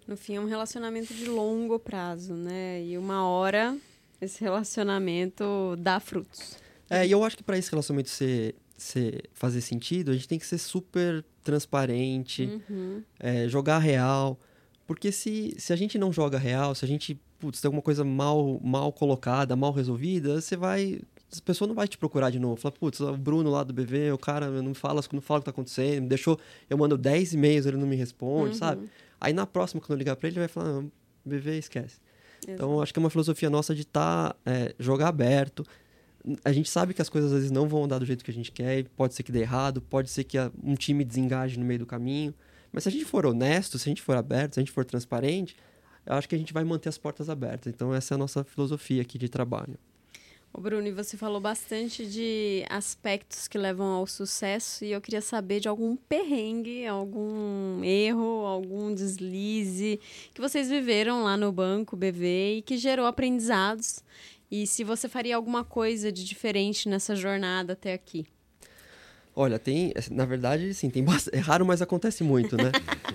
No fim, é um relacionamento de longo prazo, né? E uma hora esse relacionamento dá frutos. E eu acho que para esse relacionamento fazer sentido, a gente tem que ser super transparente, jogar real. Porque se a gente não joga real, se a gente tem alguma coisa mal colocada, mal resolvida, a pessoa não vai te procurar de novo. Fala, o Bruno lá do BV, o cara não fala o que está acontecendo, me deixou, eu mando 10 e-mails, ele não me responde, sabe? Aí na próxima, quando eu ligar para ele vai falar, BV, esquece. Exato. Então, acho que é uma filosofia nossa de jogar aberto. A gente sabe que as coisas às vezes não vão andar do jeito que a gente quer, pode ser que dê errado, pode ser que um time desengaje no meio do caminho. Mas se a gente for honesto, se a gente for aberto, se a gente for transparente, eu acho que a gente vai manter as portas abertas. Então, essa é a nossa filosofia aqui de trabalho. Ô Bruno, e você falou bastante de aspectos que levam ao sucesso e eu queria saber de algum perrengue, algum erro, algum deslize que vocês viveram lá no Banco BV e que gerou aprendizados. E se você faria alguma coisa de diferente nessa jornada até aqui? Olha, na verdade, sim, é raro, mas acontece muito, né?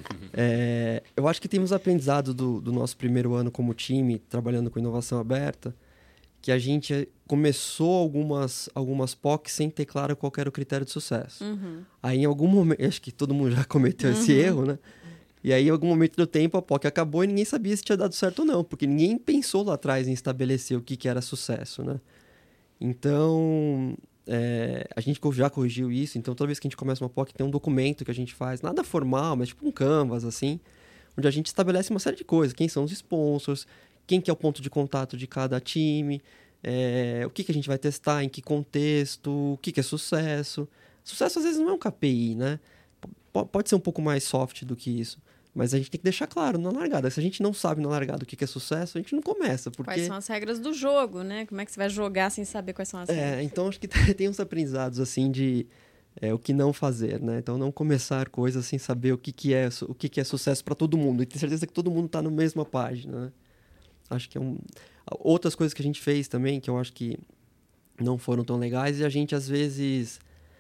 Eu acho que temos aprendizados do nosso primeiro ano como time, trabalhando com inovação aberta, que a gente começou algumas POCs sem ter claro qual era o critério de sucesso. Aí, em algum momento, acho que todo mundo já cometeu esse erro, né? E aí, em algum momento do tempo, a POC acabou e ninguém sabia se tinha dado certo ou não, porque ninguém pensou lá atrás em estabelecer o que era sucesso, né? Então, a gente já corrigiu isso. Então, toda vez que a gente começa uma POC, tem um documento que a gente faz, nada formal, mas tipo um canvas, assim, onde a gente estabelece uma série de coisas. Quem são os sponsors, quem que é o ponto de contato de cada time, o que a gente vai testar, em que contexto, o que é sucesso. Sucesso, às vezes, não é um KPI, né? Pode ser um pouco mais soft do que isso. Mas a gente tem que deixar claro na largada. Se a gente não sabe na largada o que é sucesso, a gente não começa. Porque... Quais são as regras do jogo, né? Como é que você vai jogar sem saber quais são as regras? Então, acho que tem uns aprendizados, assim, de o que não fazer, né? Então, não começar coisas sem saber o que é sucesso para todo mundo. E ter certeza que todo mundo está na mesma página, né? Acho que outras coisas que a gente fez também, que eu acho que não foram tão legais, e a gente, às vezes,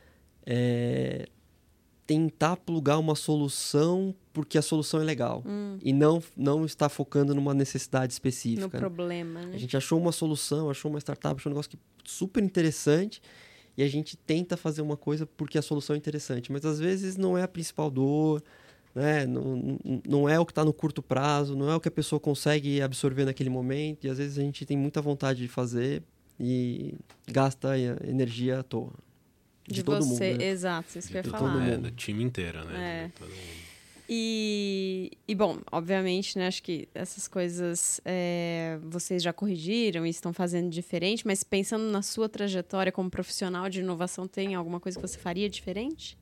tentar plugar uma solução porque a solução é legal. E não estar focando numa necessidade específica. No problema, né? A gente achou uma solução, achou uma startup, achou um negócio super interessante e a gente tenta fazer uma coisa porque a solução é interessante. Mas, às vezes, não é a principal dor, né? Não é o que está no curto prazo, não é o que a pessoa consegue absorver naquele momento. E, às vezes, a gente tem muita vontade de fazer e gasta energia à toa. De todo mundo, né? Exato, isso que eu ia falar. Do time inteiro, né? De todo mundo. E, bom, obviamente, né, acho que essas coisas vocês já corrigiram e estão fazendo diferente, mas pensando na sua trajetória como profissional de inovação, tem alguma coisa que você faria diferente?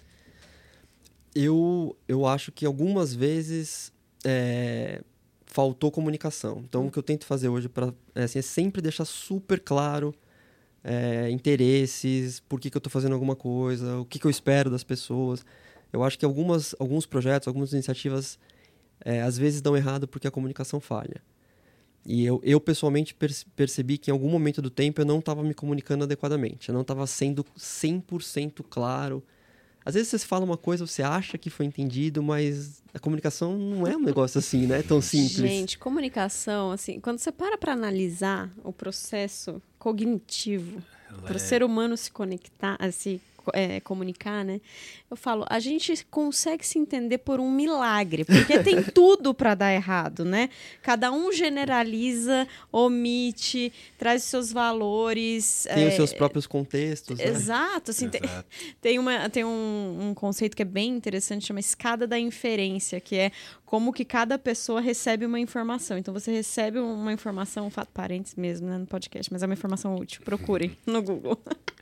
Eu acho que algumas vezes faltou comunicação. Então, o que eu tento fazer hoje é sempre deixar super claro interesses, por que eu estou fazendo alguma coisa, o que eu espero das pessoas. Eu acho que alguns projetos, algumas iniciativas, às vezes dão errado porque a comunicação falha. E eu pessoalmente percebi que em algum momento do tempo eu não estava me comunicando adequadamente, eu não estava sendo 100% claro. Às vezes você fala uma coisa, você acha que foi entendido, mas a comunicação não é um negócio assim, né? Tão simples. Gente, comunicação, assim, quando você para analisar o processo cognitivo para o ser humano se conectar, comunicar, né? Eu falo, a gente consegue se entender por um milagre, porque tem tudo para dar errado, né? Cada um generaliza, omite, traz os seus valores. Tem os seus próprios contextos, né? Exato. Assim, Exato. Tem um conceito que é bem interessante, chama escada da inferência, que é como que cada pessoa recebe uma informação. Então, você recebe uma informação, fato parênteses mesmo, né, no podcast, mas é uma informação útil. Procurem no Google.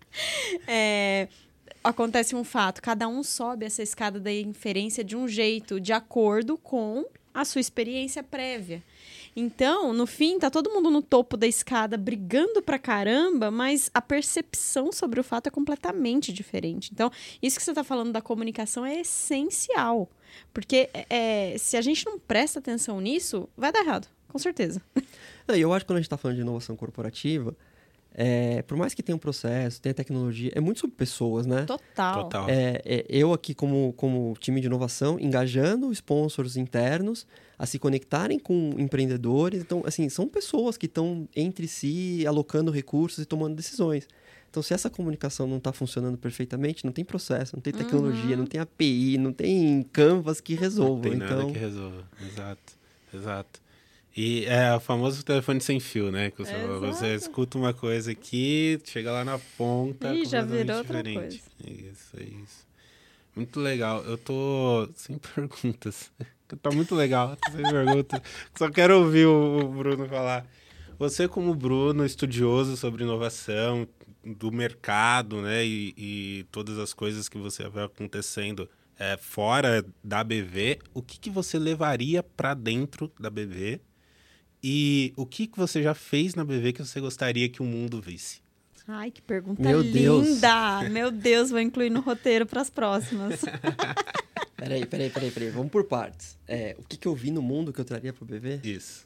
Acontece um fato, cada um sobe essa escada da inferência de um jeito, de acordo com a sua experiência prévia. Então, no fim, tá todo mundo no topo da escada brigando pra caramba, mas a percepção sobre o fato é completamente diferente. Então, isso que você tá falando da comunicação é essencial. Porque se a gente não presta atenção nisso, vai dar errado, com certeza. Eu acho que quando a gente tá falando de inovação corporativa, Por mais que tenha um processo, tenha tecnologia, é muito sobre pessoas, né? Total. Eu aqui, como time de inovação, engajando sponsors internos a se conectarem com empreendedores. Então, assim, são pessoas que estão entre si, alocando recursos e tomando decisões. Então, se essa comunicação não está funcionando perfeitamente, não tem processo, não tem tecnologia, não tem API, não tem Canvas que resolva. Não tem nada que resolva. Exato. E é o famoso telefone sem fio, né? Que você escuta uma coisa aqui, chega lá na ponta, e já virou diferente. Outra coisa. Isso. Muito legal. Eu tô sem perguntas. Tá muito legal, tô sem perguntas. Só quero ouvir o Bruno falar. Você, como Bruno, estudioso sobre inovação, do mercado, né? E todas as coisas que você vê acontecendo fora da BV, o que você levaria para dentro da BV? E o que você já fez na BV que você gostaria que o mundo visse? Ai, que pergunta Meu Deus. linda! Meu Deus, vou incluir no roteiro para as próximas. Peraí. Vamos por partes. O que eu vi no mundo que eu traria para o BV? Isso.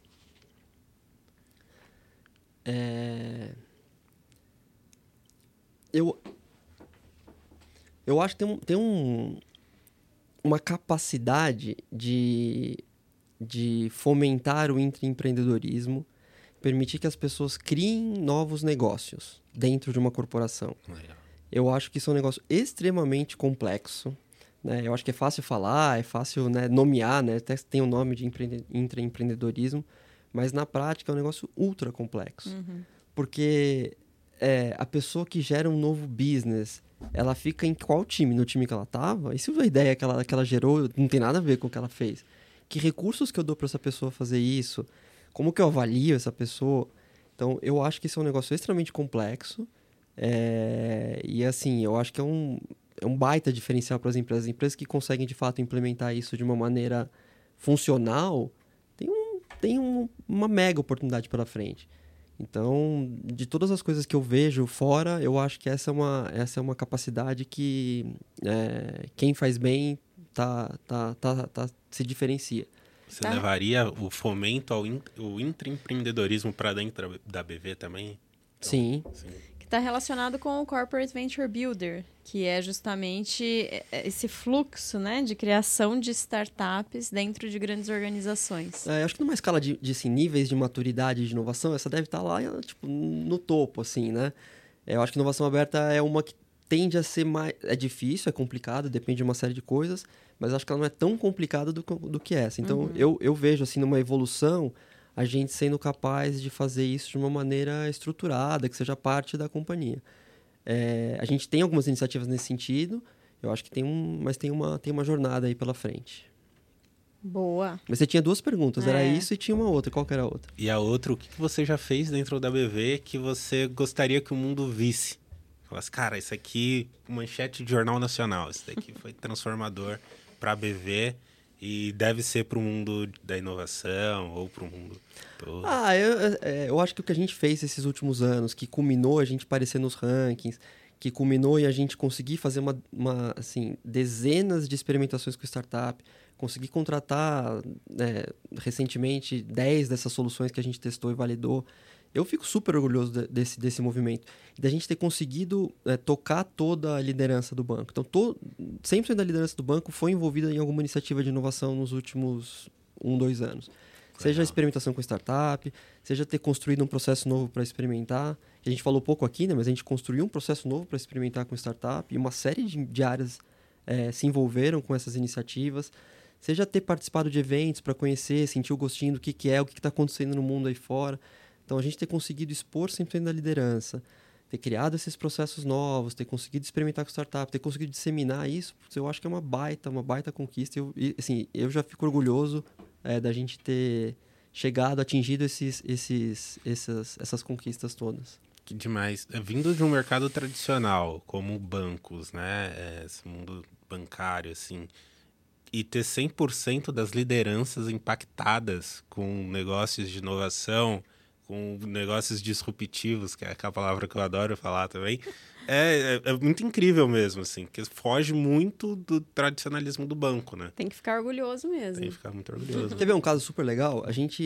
Eu acho que tem uma capacidade de fomentar o intraempreendedorismo, permitir que as pessoas criem novos negócios dentro de uma corporação. Legal. Eu acho que isso é um negócio extremamente complexo, né? Eu acho que é fácil falar, é fácil, né, nomear, né? Até tem o nome de intraempreendedorismo, mas na prática é um negócio ultra complexo. Porque a pessoa que gera um novo business, ela fica em qual time? No time que ela estava? E se a ideia que ela gerou não tem nada a ver com o que ela fez? Que recursos que eu dou para essa pessoa fazer isso? Como que eu avalio essa pessoa? Então, eu acho que isso é um negócio extremamente complexo. E, assim, eu acho que é um baita diferencial para as empresas. As empresas que conseguem, de fato, implementar isso de uma maneira funcional, tem uma mega oportunidade pela frente. Então, de todas as coisas que eu vejo fora, eu acho que essa é uma capacidade que quem faz bem se diferencia. Você levaria o fomento ao intraempreendedorismo para dentro da BV também? Então, sim. Que está relacionado com o Corporate Venture Builder, que é justamente esse fluxo, né, de criação de startups dentro de grandes organizações. Eu acho que numa escala de assim, níveis de maturidade e de inovação, essa deve estar lá tipo, no topo, assim, né? Eu acho que inovação aberta é uma que tende a ser mais... É difícil, é complicado, depende de uma série de coisas, mas acho que ela não é tão complicada do que essa. Então, eu vejo, assim, numa evolução, a gente sendo capaz de fazer isso de uma maneira estruturada, que seja parte da companhia. A gente tem algumas iniciativas nesse sentido, eu acho que tem uma jornada aí pela frente. Boa. Mas você tinha duas perguntas, era isso e tinha uma outra. Qual que era a outra? E a outra, o que você já fez dentro da BV que você gostaria que o mundo visse? Falasse, cara, isso aqui, manchete de Jornal Nacional, isso daqui foi transformador para a BV e deve ser para o mundo da inovação ou para o mundo todo. Eu acho que o que a gente fez esses últimos anos, que culminou a gente aparecer nos rankings, que culminou em a gente conseguir fazer dezenas de experimentações com startup, conseguir contratar recentemente 10 dessas soluções que a gente testou e validou. Eu fico super orgulhoso desse movimento. E da gente ter conseguido tocar toda a liderança do banco. Então, 100% da liderança do banco foi envolvida em alguma iniciativa de inovação nos últimos 2 anos. Seja a experimentação com startup, seja ter construído um processo novo para experimentar. A gente falou pouco aqui, né? Mas a gente construiu um processo novo para experimentar com startup. E uma série de áreas se envolveram com essas iniciativas. Seja ter participado de eventos para conhecer, sentir o gostinho do que é, o que está acontecendo no mundo aí fora. Então, a gente ter conseguido expor 100% da liderança, ter criado esses processos novos, ter conseguido experimentar com startup, ter conseguido disseminar isso, eu acho que é uma baita conquista. Eu já fico orgulhoso da gente ter chegado, atingido essas conquistas todas. Que demais. Vindo de um mercado tradicional, como bancos, né? Esse mundo bancário, assim, e ter 100% das lideranças impactadas com negócios de inovação, com negócios disruptivos, que é a palavra que eu adoro falar também, é muito incrível mesmo, assim, porque foge muito do tradicionalismo do banco, né? Tem que ficar orgulhoso mesmo. Tem que ficar muito orgulhoso. Teve um caso super legal, a gente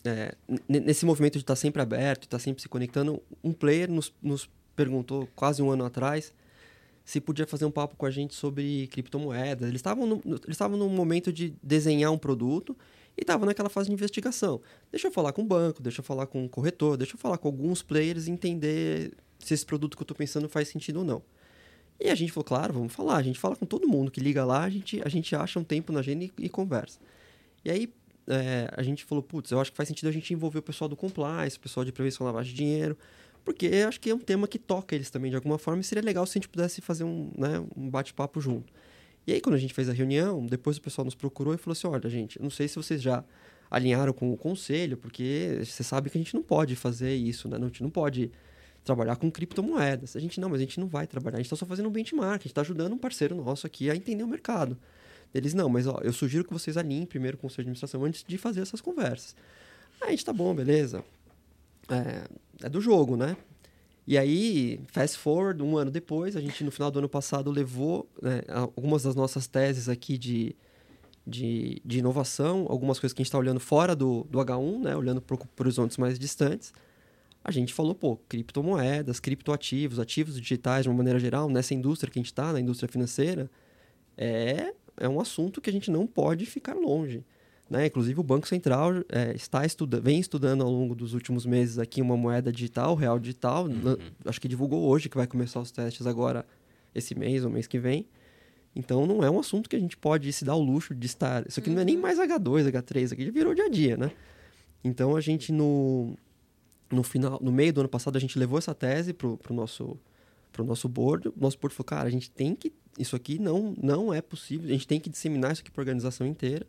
nesse movimento de estar sempre aberto, de estar sempre se conectando, um player nos perguntou quase um ano atrás se podia fazer um papo com a gente sobre criptomoedas. Eles estavam num momento de desenhar um produto e estavam naquela fase de investigação. Deixa eu falar com o banco, deixa eu falar com o corretor, deixa eu falar com alguns players e entender se esse produto que eu estou pensando faz sentido ou não. E a gente falou, claro, vamos falar. A gente fala com todo mundo que liga lá, a gente acha um tempo na agenda e conversa. E aí a gente falou, putz, eu acho que faz sentido a gente envolver o pessoal do compliance, o pessoal de prevenção à lavagem de dinheiro, porque eu acho que é um tema que toca eles também de alguma forma e seria legal se a gente pudesse fazer um bate-papo junto. E aí, quando a gente fez a reunião, depois o pessoal nos procurou e falou assim, olha, gente, não sei se vocês já alinharam com o conselho, porque você sabe que a gente não pode fazer isso, né? A gente não pode trabalhar com criptomoedas. Mas a gente não vai trabalhar, a gente está só fazendo um benchmark, a gente está ajudando um parceiro nosso aqui a entender o mercado. Eles, não, mas ó, eu sugiro que vocês alinhem primeiro com o conselho de administração antes de fazer essas conversas. Aí a gente, tá bom, beleza. É do jogo, né? E aí, fast forward, um ano depois, a gente no final do ano passado levou algumas das nossas teses aqui de inovação, algumas coisas que a gente está olhando fora do H1, né? Olhando para horizontes mais distantes. A gente falou, criptomoedas, criptoativos, ativos digitais de uma maneira geral, nessa indústria que a gente está, na indústria financeira, é um assunto que a gente não pode ficar longe. Né? Inclusive, o Banco Central vem estudando ao longo dos últimos meses aqui uma moeda digital, real digital. Acho que divulgou hoje que vai começar os testes agora esse mês ou mês que vem. Então, não é um assunto que a gente pode se dar o luxo de estar... Isso aqui não é nem mais H2, H3, isso aqui já virou dia a dia, né? Então, a gente, no meio do ano passado, a gente levou essa tese pro nosso board. O nosso board falou, cara, a gente tem que... Isso aqui não é possível, a gente tem que disseminar isso aqui para a organização inteira.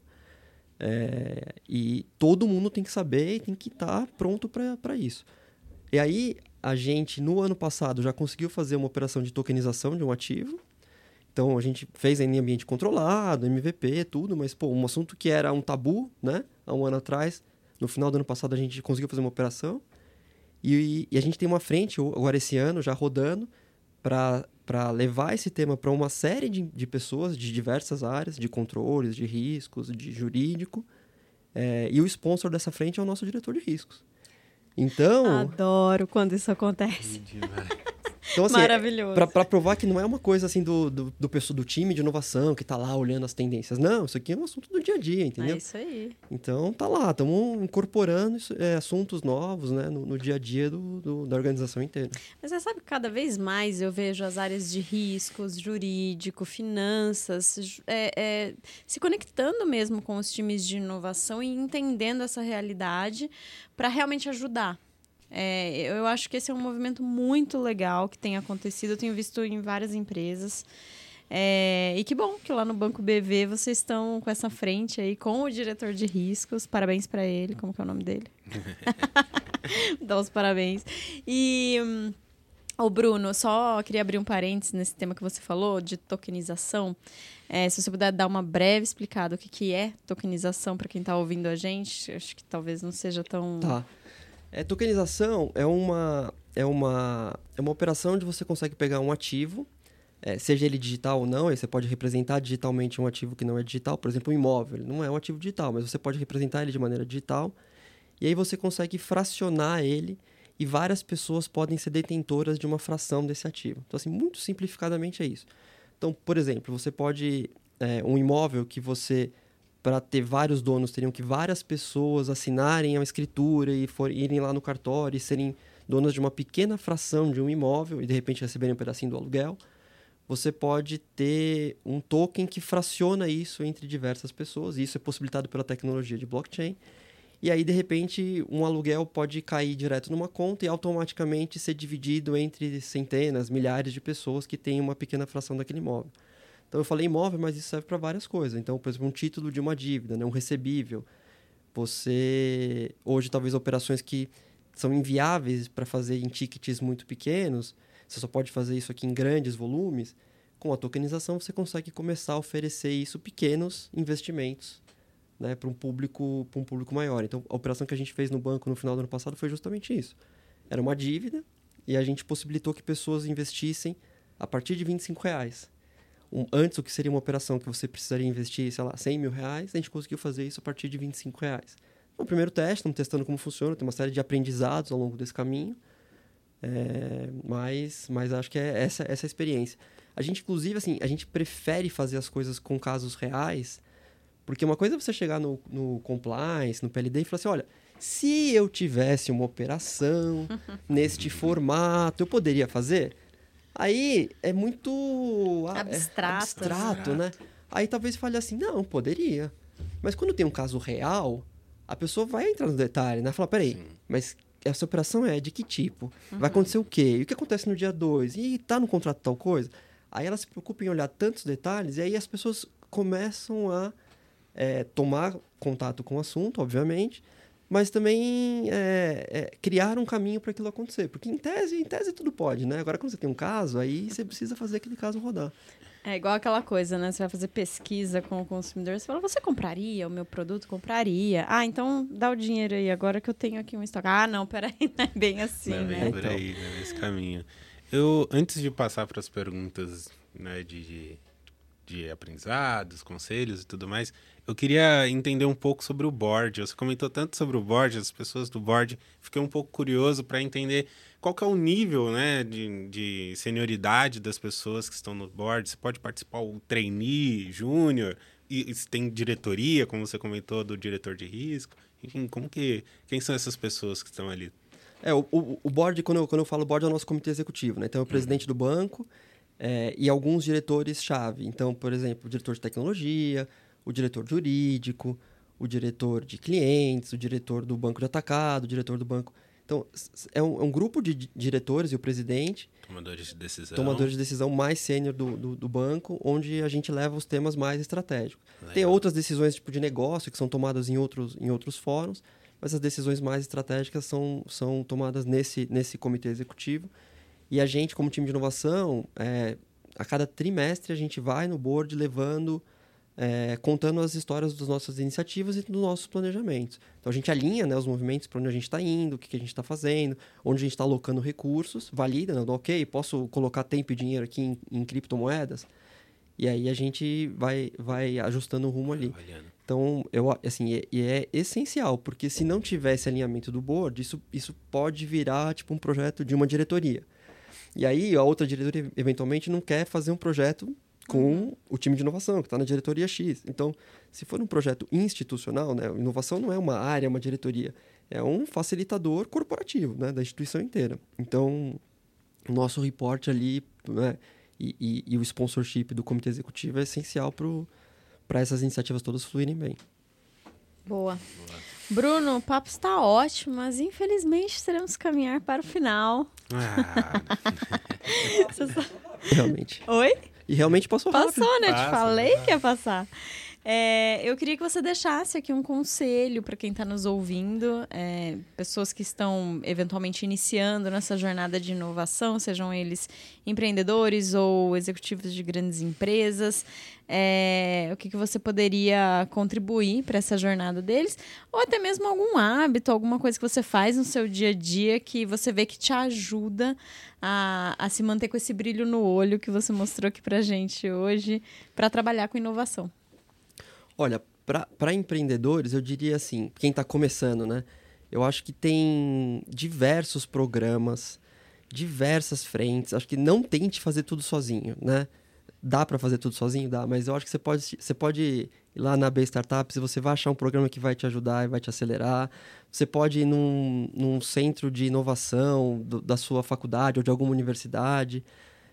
E todo mundo tem que saber e tem que estar pronto para isso. E aí, a gente, no ano passado, já conseguiu fazer uma operação de tokenização de um ativo. Então, a gente fez em ambiente controlado, MVP, tudo, mas, um assunto que era um tabu, né? Há um ano atrás, no final do ano passado, a gente conseguiu fazer uma operação. E a gente tem uma frente, agora esse ano, já rodando, para levar esse tema para uma série de pessoas de diversas áreas, de controles, de riscos, de jurídico. E o sponsor dessa frente é o nosso diretor de riscos. Então... Adoro quando isso acontece. Então, assim, maravilhoso. Para provar que não é uma coisa assim do time de inovação que está lá olhando as tendências. Não, isso aqui é um assunto do dia a dia, entendeu? É isso aí. Então, tá lá, estamos incorporando assuntos novos, né, no dia a dia da organização inteira. Mas você sabe que cada vez mais eu vejo as áreas de riscos, jurídico, finanças, se conectando mesmo com os times de inovação e entendendo essa realidade para realmente ajudar. Eu acho que esse é um movimento muito legal que tem acontecido. Eu tenho visto em várias empresas. E que bom que lá no Banco BV vocês estão com essa frente aí, com o diretor de riscos. Parabéns para ele. Como que é o nome dele? Dá os parabéns. E, Bruno, só queria abrir um parênteses nesse tema que você falou, de tokenização. Se você puder dar uma breve explicada o que é tokenização para quem está ouvindo a gente, acho que talvez não seja tão... Tá. Tokenização é uma operação onde você consegue pegar um ativo, seja ele digital ou não, aí você pode representar digitalmente um ativo que não é digital, por exemplo, um imóvel. Ele não é um ativo digital, mas você pode representar ele de maneira digital, e aí você consegue fracionar ele, e várias pessoas podem ser detentoras de uma fração desse ativo. Então, assim, muito simplificadamente é isso. Então, por exemplo, você pode... um imóvel que você... Para ter vários donos, teriam que várias pessoas assinarem a escritura e irem lá no cartório e serem donas de uma pequena fração de um imóvel e, de repente, receberem um pedacinho do aluguel. Você pode ter um token que fraciona isso entre diversas pessoas. E isso é possibilitado pela tecnologia de blockchain. E aí, de repente, um aluguel pode cair direto numa conta e automaticamente ser dividido entre centenas, milhares de pessoas que têm uma pequena fração daquele imóvel. Então, eu falei imóvel, mas isso serve para várias coisas. Então, por exemplo, um título de uma dívida, né? Um recebível. Hoje, talvez, operações que são inviáveis para fazer em tickets muito pequenos, você só pode fazer isso aqui em grandes volumes. Com a tokenização, você consegue começar a oferecer isso pequenos investimentos, né? Para um público maior. Então, a operação que a gente fez no banco no final do ano passado foi justamente isso. Era uma dívida e a gente possibilitou que pessoas investissem a partir de R$25. Antes, o que seria uma operação que você precisaria investir, sei lá, R$100 mil, a gente conseguiu fazer isso a partir de R$25. O primeiro teste, estamos testando como funciona, tem uma série de aprendizados ao longo desse caminho, mas acho que é essa a experiência. A gente, inclusive, assim, a gente prefere fazer as coisas com casos reais, porque uma coisa é você chegar no compliance, no PLD e falar assim, olha, se eu tivesse uma operação neste formato, eu poderia fazer? Aí é muito abstrato, né? Aí talvez fale assim, não, poderia. Mas quando tem um caso real, a pessoa vai entrar no detalhe, né? Fala, peraí, mas essa operação é de que tipo? Vai acontecer o quê? E o que acontece no dia 2? E tá no contrato tal coisa? Aí ela se preocupa em olhar tantos detalhes e aí as pessoas começam a tomar contato com o assunto, obviamente, mas também criar um caminho para aquilo acontecer. Porque em tese tudo pode, né? Agora, quando você tem um caso, aí você precisa fazer aquele caso rodar. É igual aquela coisa, né? Você vai fazer pesquisa com o consumidor, você fala, você compraria o meu produto? Compraria. Ah, então dá o dinheiro aí, agora que eu tenho aqui um estoque. Ah, não, peraí, não é bem assim, não, né? É por aí, né, nesse caminho. Antes de passar para as perguntas, né, de aprendizados, conselhos e tudo mais, eu queria entender um pouco sobre o board. Você comentou tanto sobre o board, as pessoas do board. Fiquei um pouco curioso para entender qual que é o nível, né, de senioridade das pessoas que estão no board. Você pode participar o trainee, júnior, e se tem diretoria, como você comentou, do diretor de risco. Enfim, quem são essas pessoas que estão ali? O board, quando eu falo board, é o nosso comitê executivo, né? Então, é o presidente do banco e alguns diretores-chave. Então, por exemplo, o diretor de tecnologia, o diretor jurídico, o diretor de clientes, o diretor do banco de atacado, o diretor do banco... Então, é um grupo de diretores e o presidente... Tomadores de decisão mais sênior do banco, onde a gente leva os temas mais estratégicos. Legal. Tem outras decisões tipo de negócio que são tomadas em outros fóruns, mas as decisões mais estratégicas são tomadas nesse comitê executivo. E a gente, como time de inovação, a cada trimestre a gente vai no board levando... contando as histórias das nossas iniciativas e dos nossos planejamentos. Então, a gente alinha, né, os movimentos para onde a gente está indo, o que a gente está fazendo, onde a gente está alocando recursos, valida, né, ok, posso colocar tempo e dinheiro aqui em criptomoedas? E aí a gente vai ajustando o rumo ali. Então, é essencial, porque se não tiver esse alinhamento do board, isso pode virar tipo um projeto de uma diretoria. E aí a outra diretoria, eventualmente, não quer fazer um projeto com o time de inovação, que está na diretoria X. Então, se for um projeto institucional, né, inovação não é uma área, uma diretoria, é um facilitador corporativo, né, da instituição inteira. Então, o nosso report ali, né, e o sponsorship do comitê executivo é essencial para essas iniciativas todas fluírem bem. Boa. Bruno, o papo está ótimo, mas infelizmente teremos que caminhar para o final. Realmente. Oi? E realmente passou rápido. Passou, né? Te falei que ia passar. Eu queria que você deixasse aqui um conselho para quem está nos ouvindo, pessoas que estão eventualmente iniciando nessa jornada de inovação, sejam eles empreendedores ou executivos de grandes empresas. O que você poderia contribuir para essa jornada deles? Ou até mesmo algum hábito, alguma coisa que você faz no seu dia a dia que você vê que te ajuda a se manter com esse brilho no olho que você mostrou aqui para a gente hoje, para trabalhar com inovação. Olha, para empreendedores, eu diria assim, quem está começando, né? Eu acho que tem diversos programas, diversas frentes. Acho que não tente fazer tudo sozinho, né? Dá para fazer tudo sozinho? Dá, mas eu acho que você pode ir lá na B Startups e você vai achar um programa que vai te ajudar e vai te acelerar. Você pode ir num centro de inovação da sua faculdade ou de alguma universidade.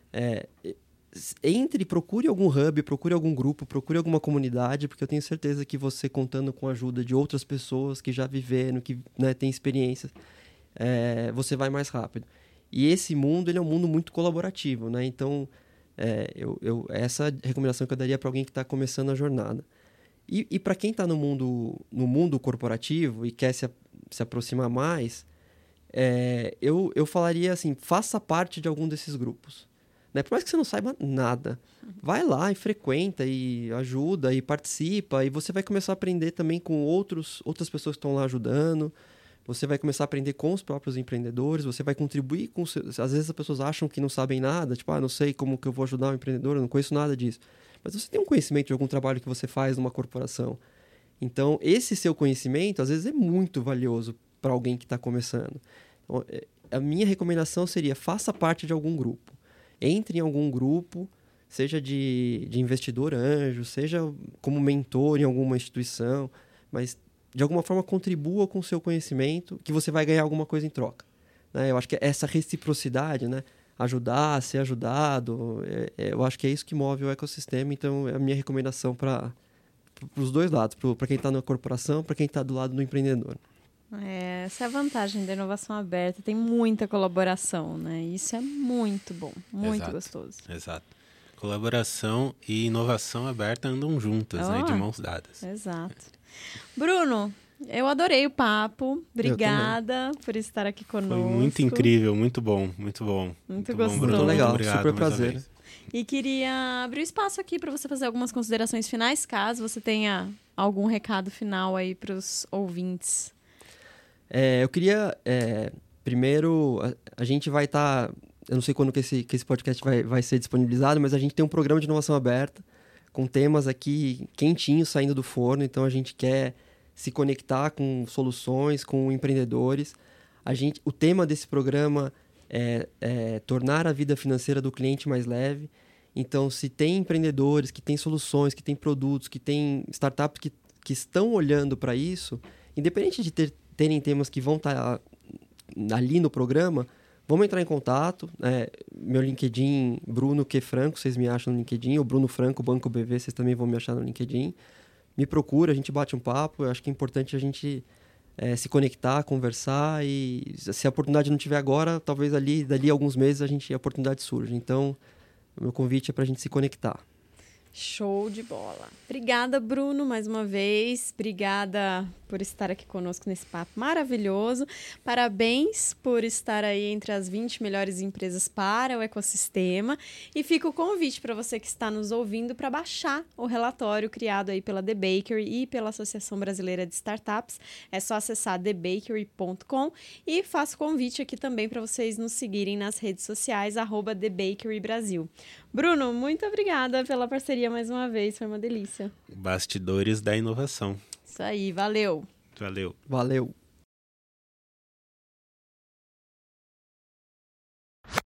Procure algum hub, procure algum grupo, procure alguma comunidade, porque eu tenho certeza que você, contando com a ajuda de outras pessoas que já viveram, que, né, têm experiências, você vai mais rápido. E esse mundo, ele é um mundo muito colaborativo, né? Então, essa recomendação que eu daria para alguém que está começando a jornada. E para quem está no mundo corporativo e quer se aproximar mais, eu falaria assim, faça parte de algum desses grupos. Né? Por mais que você não saiba nada, vai lá e frequenta, e ajuda, e participa, e você vai começar a aprender também com outras pessoas que estão lá ajudando, você vai começar a aprender com os próprios empreendedores, você vai contribuir com... Às vezes as pessoas acham que não sabem nada, tipo, não sei como que eu vou ajudar um empreendedor, eu não conheço nada disso. Mas você tem um conhecimento de algum trabalho que você faz numa corporação. Então, esse seu conhecimento, às vezes, é muito valioso para alguém que está começando. Então, a minha recomendação seria, faça parte de algum grupo. Entre em algum grupo, seja de investidor anjo, seja como mentor em alguma instituição, mas, de alguma forma, contribua com o seu conhecimento, que você vai ganhar alguma coisa em troca. Né? Eu acho que essa reciprocidade, né? Ajudar, ser ajudado, eu acho que é isso que move o ecossistema. Então, é a minha recomendação para os dois lados, para quem está na corporação, para quem está do lado do empreendedor. Essa é a vantagem da inovação aberta, tem muita colaboração, né? Isso é muito bom, muito gostoso. Exato. Colaboração e inovação aberta andam juntas, né? De mãos dadas. Exato. Bruno, eu adorei o papo. Obrigada por estar aqui conosco. Foi muito incrível, muito bom, muito bom. Muito gostoso. Bom, Bruno. Muito legal, obrigado, super prazer. E queria abrir espaço aqui para você fazer algumas considerações finais, caso você tenha algum recado final aí para os ouvintes. Eu queria, primeiro, a gente vai estar, eu não sei quando que esse podcast vai ser disponibilizado, mas a gente tem um programa de inovação aberta, com temas aqui quentinhos saindo do forno, então a gente quer se conectar com soluções, com empreendedores. O tema desse programa é tornar a vida financeira do cliente mais leve. Então, se tem empreendedores que têm soluções, que têm produtos, que têm startups que estão olhando para isso, independente de terem temas que vão estar ali no programa, vamos entrar em contato. Meu LinkedIn, Bruno Q. Franco, vocês me acham no LinkedIn, ou Bruno Franco, Banco BV, vocês também vão me achar no LinkedIn. Me procura, a gente bate um papo. Eu acho que é importante a gente se conectar, conversar, e se a oportunidade não tiver agora, talvez dali a alguns meses a oportunidade surja. Então, o meu convite é para a gente se conectar. Show de bola. Obrigada, Bruno, mais uma vez. Obrigada por estar aqui conosco nesse papo maravilhoso. Parabéns por estar aí entre as 20 melhores empresas para o ecossistema. E fica o convite para você que está nos ouvindo para baixar o relatório criado aí pela The Bakery e pela Associação Brasileira de Startups. É só acessar thebakery.com e faço convite aqui também para vocês nos seguirem nas redes sociais, @TheBakeryBrasil. Bruno, muito obrigada pela parceria mais uma vez, foi uma delícia. Bastidores da inovação. Isso aí, valeu. Valeu. Valeu.